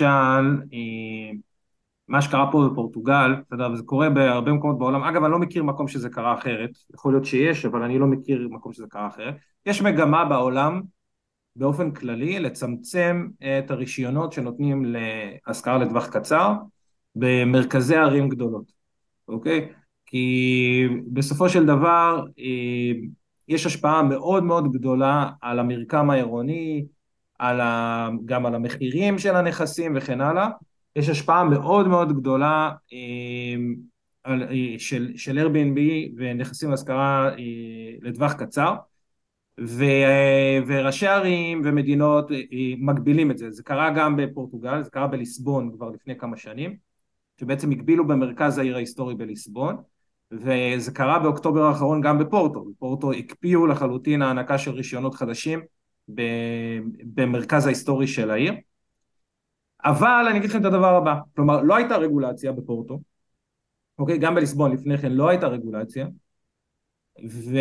מה שקרה פה בפורטוגל, וזה קורה בהרבה מקומות בעולם, אגב אני לא מכיר מקום שזה קרה אחרת, יכול להיות שיש, אבל אני לא מכיר מקום שזה קרה אחרת, יש מגמה בעולם, באופן כללי, לצמצם את הרישיונות שנותנים להשכרה לטווח קצר, במרכזי ערים גדולות, אוקיי? כי בסופו של דבר, יש השפעה מאוד מאוד גדולה על המרקם העירוני, על ה... גם על המחירים של הנכסים וכן הלאה, יש השפעה מאוד מאוד גדולה על... של, של Airbnb ונכסים להשכרה לטווח קצר, ו... וראשי ערים ומדינות מגבילים את זה, זה קרה גם בפורטוגל, זה קרה בליסבון כבר לפני כמה שנים, שבעצם הגבילו במרכז העיר ההיסטורי בליסבון, וזה קרה באוקטובר האחרון גם בפורטו, בפורטו הקפיאו לחלוטין הענקה של רישיונות חדשים במרכז ההיסטורי של העיר, אבל אני אגיד לכם את הדבר הבא, כלומר לא הייתה רגולציה בפורטו, אוקיי, גם בליסבון לפני כן לא הייתה רגולציה, ו...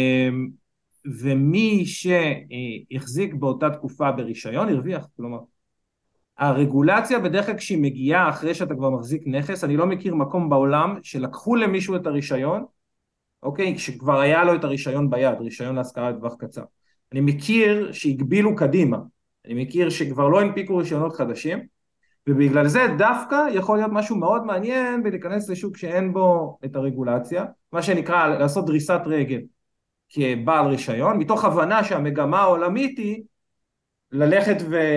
ומי שהחזיק באותה תקופה ברישיון הרוויח, כלומר הרגולציה בדרך כלל כשהיא מגיעה אחרי שאתה כבר מחזיק נכס, אני לא מכיר מקום בעולם שלקחו למישהו את הרישיון, אוקיי, שכבר היה לו את הרישיון ביד, רישיון להשכרה לטווח קצר. אני מכיר שהגבילו קדימה, אני מכיר שכבר לא הנפיקו רישיונות חדשים, ובגלל זה דווקא יכול להיות משהו מאוד מעניין בלהיכנס לשוק שאין בו את הרגולציה, מה שנקרא לעשות דריסת רגל כבעל רישיון, מתוך הבנה שהמגמה העולמית היא ללכת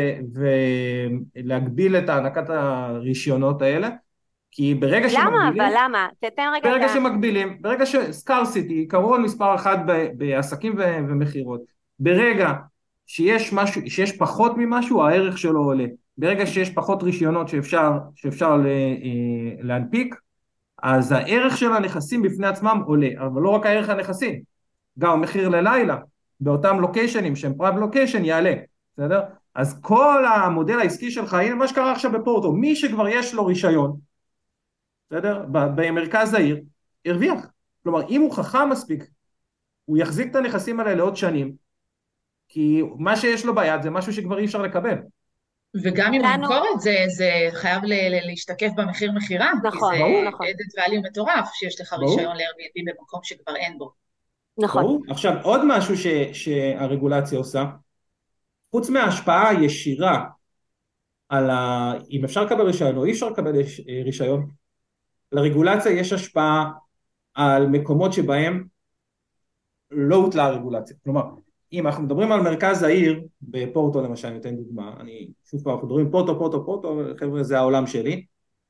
ולהגביל את הענקת הרישיונות האלה, כי ברגע שמגבילים... למה? אבל למה? תתן רגע... ברגע שמגבילים, ברגע שסקרסיטי, עיקרון מספר אחד בעסקים ומחירות, ברגע שיש משהו, שיש פחות ממשהו, הערך שלו עולה. ברגע שיש פחות רישיונות שאפשר, שאפשר להנפיק, אז הערך של הנכסים בפני עצמם עולה, אבל לא רק הערך הנכסים, גם המחיר ללילה, באותם לוקיישנים שהם פרייב לוקיישן יעלה, בסדר? אז כל המודל העסקי שלך, הנה מה שקרה עכשיו בפורטו, מי שכבר יש לו רישיון, בסדר? במרכז העיר, הרוויח. כלומר, אם הוא חכם מספיק, הוא יחזיק את הנכסים האלה לעוד שנים, כי מה שיש לו ביד זה משהו שכבר אי אפשר לקבל. וגם אם הוא ימכור את זה, זה חייב להשתקף במחיר מחירה, נכון, כי זה נכון. added value מטורף, שיש לך רישיון ל-Airbnb במקום שכבר אין בו. נכון. עכשיו, עוד משהו ש, שהרגולציה עושה, חוץ מההשפעה הישירה על ה... אם אפשר לקבל רישיון או אי אפשר לקבל רישיון, לרגולציה יש השפעה על מקומות שבהם לא הוטלה הרגולציה. כלומר, אם אנחנו מדברים על מרכז העיר, בפורטו למשל, אני אתן דוגמה, אני שוב פעם, אנחנו מדברים פורטו, פורטו, פורטו, חבר'ה, זה העולם שלי.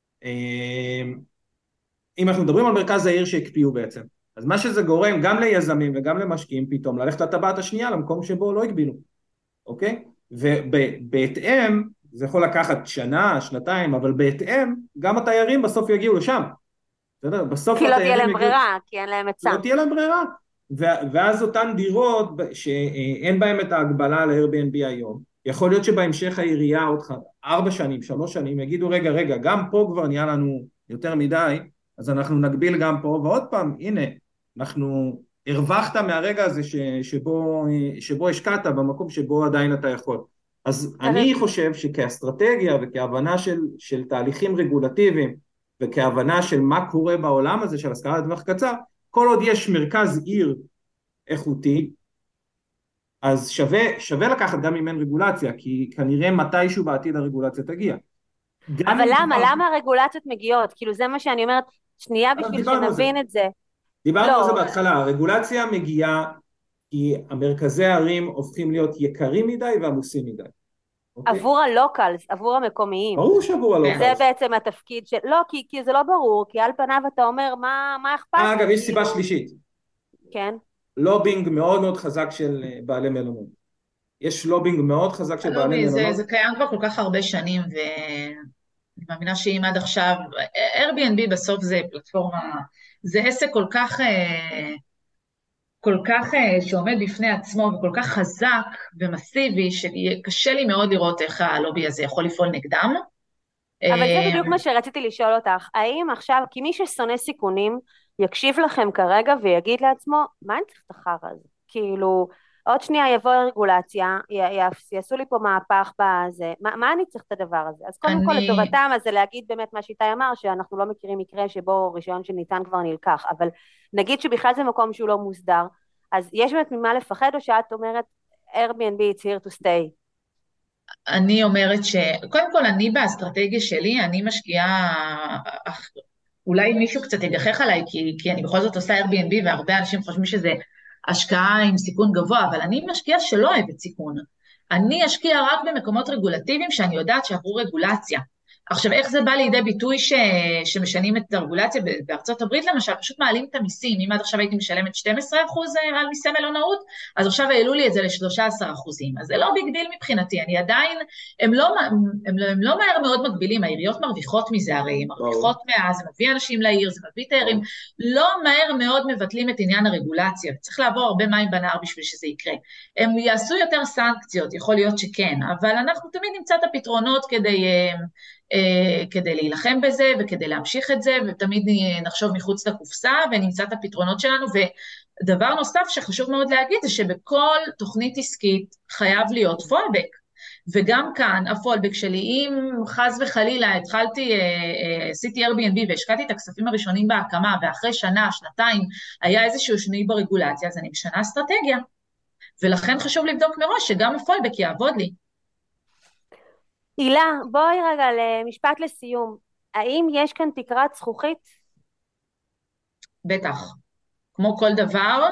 אם אנחנו מדברים על מרכז העיר שהקפיאו בעצם, אז מה שזה גורם גם ליזמים וגם למשקיעים פתאום, ללכת לטבעת השנייה למקום שבו לא הגבילו, אוקיי? ובהתאם, זה יכול לקחת שנה, שנתיים, אבל בהתאם, גם התיירים בסוף יגיעו לשם. בסדר? בסוף כי לא תהיה להם יגיעו... ברירה, כי אין להם עצה. לא תהיה להם ברירה. ואז אותן דירות שאין בהן את ההגבלה ל-Airbnb היום, יכול להיות שבהמשך העירייה עוד ארבע שנים, שלוש שנים, יגידו רגע, רגע, גם פה כבר נהיה לנו יותר מדי, אז אנחנו נגביל גם פה, ועוד פעם, הנה, אנחנו הרווחת מהרגע הזה ש, שבו, שבו השקעת במקום שבו עדיין אתה יכול. אז אני חושב שכאסטרטגיה וכהבנה של, של תהליכים רגולטיביים, וכהבנה של מה קורה בעולם הזה של השכרה לטווח קצר, כל עוד יש מרכז עיר איכותי, אז שווה, שווה לקחת גם אם אין רגולציה, כי כנראה מתישהו בעתיד הרגולציה תגיע. אבל למה? למה הרגולציות מגיעות? כאילו זה מה שאני אומרת, שנייה בשביל שנבין את זה. דיברנו על זה בהתחלה, הרגולציה מגיעה, כי המרכזי הערים הופכים להיות יקרים מדי ועמוסים מדי. עבור הלוקלס, עבור המקומיים. ברור שעבור הלוקלס. זה בעצם התפקיד של... לא, כי, כי זה לא ברור, כי על פניו אתה אומר, מה, מה אכפת? אגב, יש סיבה שלישית. כן. לובינג מאוד מאוד חזק של בעלי מלונות. יש לובינג מאוד חזק של בעלי מלונות. זה, זה קיים כבר כל כך הרבה שנים, ואני מאמינה שאם עד עכשיו, Airbnb בסוף זה פלטפורמה, זה עסק כל כך... כל כך שעומד בפני עצמו וכל כך חזק ומסיבי, שקשה לי מאוד לראות איך הלובי הזה יכול לפעול נגדם. אבל זה בדיוק מה שרציתי לשאול אותך, האם עכשיו, כי מי ששונא סיכונים, יקשיב לכם כרגע ויגיד לעצמו, מה אני צריך את החרא הזה? כאילו, עוד שנייה יבוא הרגולציה, י- י- יעשו לי פה מהפך בזה, מה, מה אני צריך את הדבר הזה? אז קודם כל אני, לטובתם, אז זה להגיד באמת מה שאיתי אמר, שאנחנו לא מכירים מקרה שבו רישיון שניתן כבר נלקח, אבל נגיד שבכלל זה מקום שהוא לא מוסדר, אז יש באמת ממה לפחד, או שאת אומרת, Airbnb it's here to stay? אני אומרת ש... קודם כל, אני באסטרטגיה שלי, אני משקיעה... אך- אולי מישהו קצת יגחך עליי, כי, כי אני בכל זאת עושה Airbnb, והרבה אנשים חושבים שזה השקעה עם סיכון גבוה, אבל אני משקיעה שלא אוהבת סיכון. אני אשקיע רק במקומות רגולטיביים שאני יודעת שעברו רגולציה. עכשיו, איך זה בא לידי ביטוי ש... שמשנים את הרגולציה? בארצות הברית למשל, פשוט מעלים את המיסים. אם עד עכשיו הייתי משלמת שנים עשר אחוז על מיסי מלונאות, אז עכשיו העלו לי את זה ל-שלושה עשר אחוזים. אז זה לא ביג דיל מבחינתי, אני עדיין, הם לא, הם לא, הם לא מהר מאוד מגבילים, העיריות מרוויחות מזה, הרי הן מרוויחות מה, זה מביא אנשים לעיר, זה מביא תיירים, לא מהר מאוד מבטלים את עניין הרגולציה, וצריך לעבור הרבה מים בנהר בשביל שזה יקרה. הם יעשו יותר סנקציות, יכול להיות שכן, אבל אנחנו תמיד נמצא את הפתרונות כדי, אה, כדי להילחם בזה, וכדי להמשיך את זה, ותמיד נחשוב מחוץ לקופסה, ונמצא את הפתרונות שלנו, ודבר נוסף שחשוב מאוד להגיד, זה שבכל תוכנית עסקית חייב להיות פולבק, וגם כאן הפולבק שלי, אם חז וחלילה התחלתי, אה, אה, עשיתי Airbnb והשקעתי את הכספים הראשונים בהקמה, ואחרי שנה, שנתיים, היה איזשהו שינוי ברגולציה, אז אני משנה אסטרטגיה, ולכן חשוב לבדוק מראש שגם הפולבק יעבוד לי. הילה, בואי רגע למשפט לסיום. האם יש כאן תקרת זכוכית? בטח. כמו כל דבר,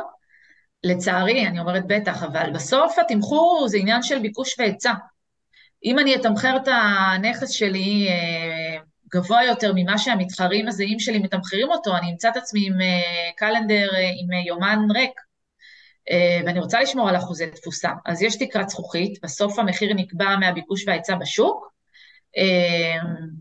לצערי, אני אומרת בטח, אבל בסוף התמחור זה עניין של ביקוש והיצע. אם אני אתמחר את הנכס שלי אה, גבוה יותר ממה שהמתחרים הזהים שלי מתמחרים אותו, אני אמצא את עצמי עם אה, קלנדר, אה, עם אה, יומן ריק, אה, ואני רוצה לשמור על אחוזי תפוסה. אז יש תקרת זכוכית, בסוף המחיר נקבע מהביקוש וההיצע בשוק, אה,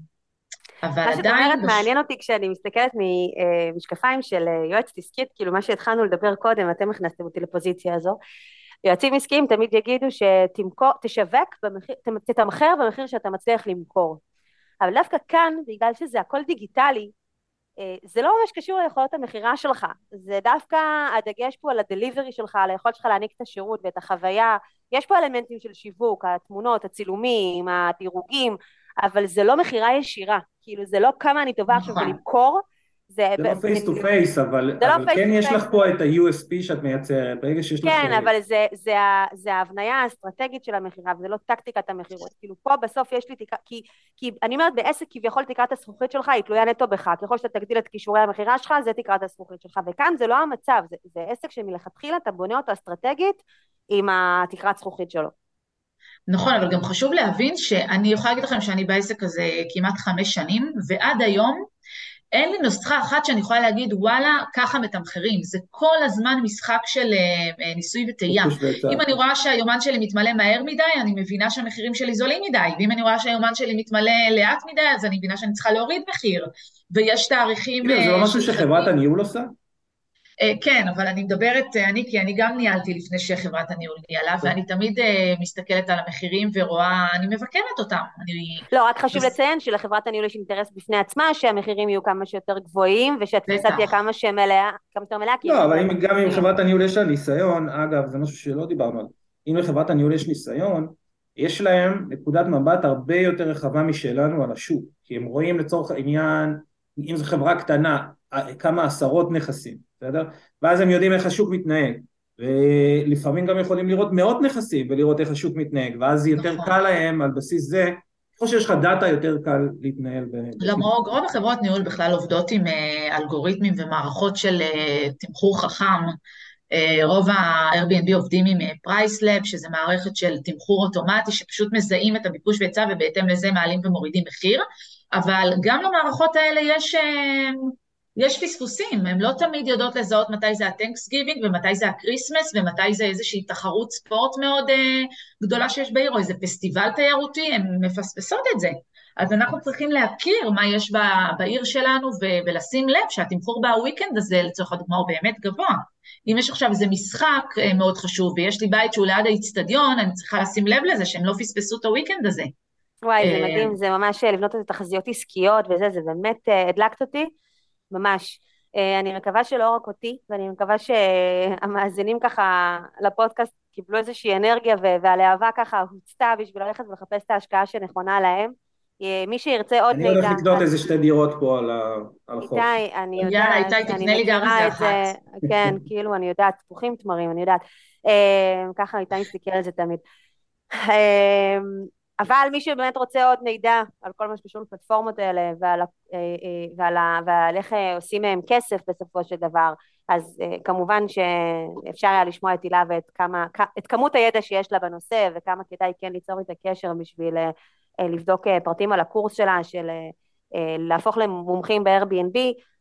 אבל מה שאת עדיין... אומרת בש... מעניין אותי כשאני מסתכלת ממשקפיים של יועצת עסקית, כאילו מה שהתחלנו לדבר קודם, אתם הכנסתם אותי לפוזיציה הזו, יועצים עסקיים תמיד יגידו שתשווק, תתמחר במחיר שאתה מצליח למכור. אבל דווקא כאן, בגלל שזה הכל דיגיטלי, זה לא ממש קשור ליכולות המחירה שלך, זה דווקא הדגש פה על הדליברי שלך, על היכולת שלך להעניק את השירות ואת החוויה, יש פה אלמנטים של שיווק, התמונות, הצילומים, הדירוגים, אבל זה לא מחירה ישירה, כאילו זה לא כמה אני טובה עכשיו בלמכור, זה לא פייס טו פייס, אבל כן יש לך פה את ה-יו אס פי שאת מייצרת, ברגע שיש לך... כן, אבל זה ההבניה האסטרטגית של המחירה, וזה לא טקטיקת המחירות, כאילו פה בסוף יש לי תקרה, כי אני אומרת בעסק כביכול תקרת הזכוכית שלך היא תלויה נטו בך, ככל שאתה תגדיל את כישורי המחירה שלך, זה תקרת הזכוכית שלך, וכאן זה לא המצב, זה עסק שמלכתחילה אתה בונה אותו אסטרטגית עם התקרת זכוכית שלו. נכון, אבל גם חשוב להבין שאני יכולה להגיד לכם שאני בעסק הזה כמעט חמש שנים, ועד היום אין לי נוסחה אחת שאני יכולה להגיד, וואלה, ככה מתמחרים. זה כל הזמן משחק של uh, ניסוי וטעייה. אם אני רואה שהיומן שלי מתמלא מהר מדי, אני מבינה שהמחירים שלי זולים מדי, ואם אני רואה שהיומן שלי מתמלא לאט מדי, אז אני מבינה שאני צריכה להוריד מחיר, ויש תאריכים... זה לא משהו שחברת הניהול עושה? כן, אבל אני מדברת, אני, כי אני גם ניהלתי לפני שחברת הניהול ניהלה, ואני תמיד מסתכלת על המחירים ורואה, אני מבקרת אותם. לא, רק חשוב לציין שלחברת הניהול יש אינטרס בפני עצמה, שהמחירים יהיו כמה שיותר גבוהים, ושהתפוסה תהיה כמה שיותר מלאה. לא, אבל גם אם חברת הניהול יש לה ניסיון, אגב, זה משהו שלא דיברנו על, אם לחברת הניהול יש ניסיון, יש להם נקודת מבט הרבה יותר רחבה משלנו על השוק, כי הם רואים לצורך העניין, אם זו חברה קטנה, כמה עשרות נכסים, בסדר? ואז הם יודעים איך השוק מתנהג, ולפעמים גם יכולים לראות מאות נכסים, ולראות איך השוק מתנהג, ואז יותר קל להם על בסיס זה, כמו שיש לך דאטה יותר קל להתנהל. למרות, רוב החברות ניהול בכלל עובדות עם אלגוריתמים ומערכות של תמחור חכם, רוב ה-Airbnb עובדים עם PriceLab, שזה מערכת של תמחור אוטומטי, שפשוט מזהים את הביקוש והיצע, ובהתאם לזה מעלים ומורידים מחיר, אבל גם למערכות האלה יש, יש פספוסים, הן לא תמיד יודעות לזהות מתי זה ה-Thanksgiving, ומתי זה ה-Christmas, ומתי זה איזושהי תחרות ספורט מאוד uh, גדולה שיש בעיר, או איזה פסטיבל תיירותי, הן מפספסות את זה. אז אנחנו צריכים להכיר מה יש בעיר שלנו, ו- ולשים לב שהתמחור בוויקנד הזה, לצורך הדוגמה, הוא באמת גבוה. אם יש עכשיו איזה משחק uh, מאוד חשוב, ויש לי בית שהוא ליד האצטדיון, אני צריכה לשים לב לזה, שהם לא פספסו את הוויקנד הזה. וואי, זה מדהים, זה ממש לבנות את התחזיות עסקיות וזה, זה באמת הדלקת אותי, ממש. אני מקווה שלא רק אותי, ואני מקווה שהמאזינים ככה לפודקאסט קיבלו איזושהי אנרגיה, והלהבה ככה הוצתה בשביל ללכת ולחפש את ההשקעה שנכונה להם. מי שירצה עוד אני מידע... הולך לקנות איזה שתי דירות פה על החוף. איתי, אני יאללה, יודעת, איתי, אני תקנה לי גם מכירה איזה את אחת. זה, כן, כאילו, אני יודעת, תפוחים תמרים, אני יודעת. ככה איתי מסתכל על זה תמיד. אבל מי שבאמת רוצה עוד מידע על כל מה שקשור לפלטפורמות האלה ועל, ועל, ועל איך עושים מהם כסף בסופו של דבר, אז כמובן שאפשר היה לשמוע את הילה ואת כמה, את כמות הידע שיש לה בנושא וכמה כדאי כן ליצור איתה קשר בשביל לבדוק פרטים על הקורס שלה של להפוך למומחים ב-Airbnb.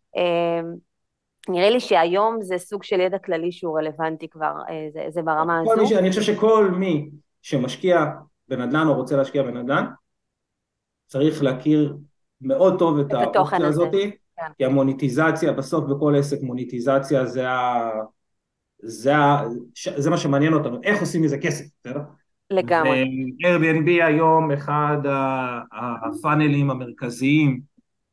נראה לי שהיום זה סוג של ידע כללי שהוא רלוונטי כבר, זה, זה ברמה הזו. ש, אני חושב שכל מי שמשקיע בנדל"ן או רוצה להשקיע בנדל"ן, צריך להכיר מאוד טוב את, את האופציה הזאת, כן. כי המוניטיזציה, בסוף בכל עסק מוניטיזציה זה, ה, זה, ה, זה מה שמעניין אותנו, איך עושים מזה כסף, בסדר? לגמרי. ו-Airbnb היום אחד הפאנלים המרכזיים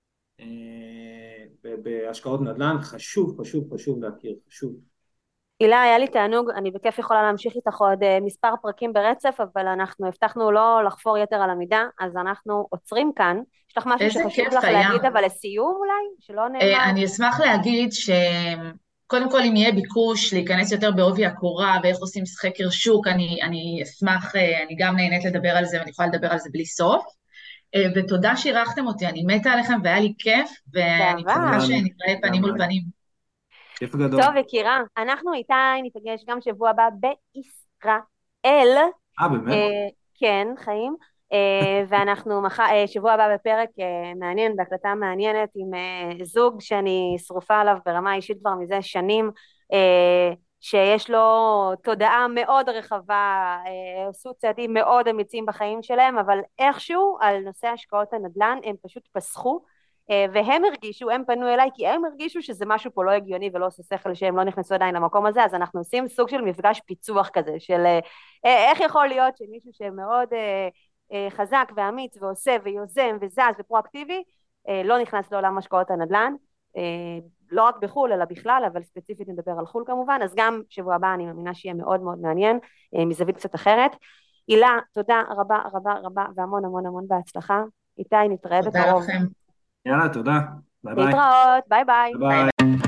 בהשקעות נדל"ן, חשוב, חשוב, חשוב להכיר, חשוב. הילה, היה לי תענוג, אני בכיף יכולה להמשיך איתך עוד מספר פרקים ברצף, אבל אנחנו הבטחנו לא לחפור יתר על המידה, אז אנחנו עוצרים כאן. יש לך משהו שחשוב לך היה. להגיד, אבל לסיום אולי, שלא נאמר? אני אשמח להגיד שקודם כל אם יהיה ביקוש להיכנס יותר בעובי הקורה, ואיך עושים חקר שוק, אני, אני אשמח, אני גם נהנית לדבר על זה, ואני יכולה לדבר על זה בלי סוף. ותודה שאירחתם אותי, אני מתה עליכם והיה לי כיף, ואני מקווה שנתראה פנים מול פנים. כיף גדול. טוב, יקירה, אנחנו איתי ניפגש גם שבוע הבא בישראל. אה, באמת? כן, חיים. ואנחנו שבוע הבא בפרק מעניין, בהקלטה מעניינת עם זוג שאני שרופה עליו ברמה אישית כבר מזה שנים, שיש לו תודעה מאוד רחבה, עשו צעדים מאוד אמיצים בחיים שלהם, אבל איכשהו על נושא השקעות הנדל"ן הם פשוט פסחו, והם הרגישו, הם פנו אליי כי הם הרגישו שזה משהו פה לא הגיוני ולא עושה שכל שהם לא נכנסו עדיין למקום הזה, אז אנחנו עושים סוג של מפגש פיצוח כזה, של איך יכול להיות שמישהו שמאוד חזק ואמיץ ועושה ויוזם וזז ופרואקטיבי, לא נכנס לעולם השקעות הנדל"ן, לא רק בחול אלא בכלל, אבל ספציפית נדבר על חול כמובן, אז גם שבוע הבא אני מאמינה שיהיה מאוד מאוד מעניין, מזווית קצת אחרת. הילה, תודה רבה רבה רבה והמון המון המון בהצלחה. איתי, נתראה בקרוב. תודה לכם. יאללה, תודה. ביי ביי. להתראות, ביי ביי. ביי.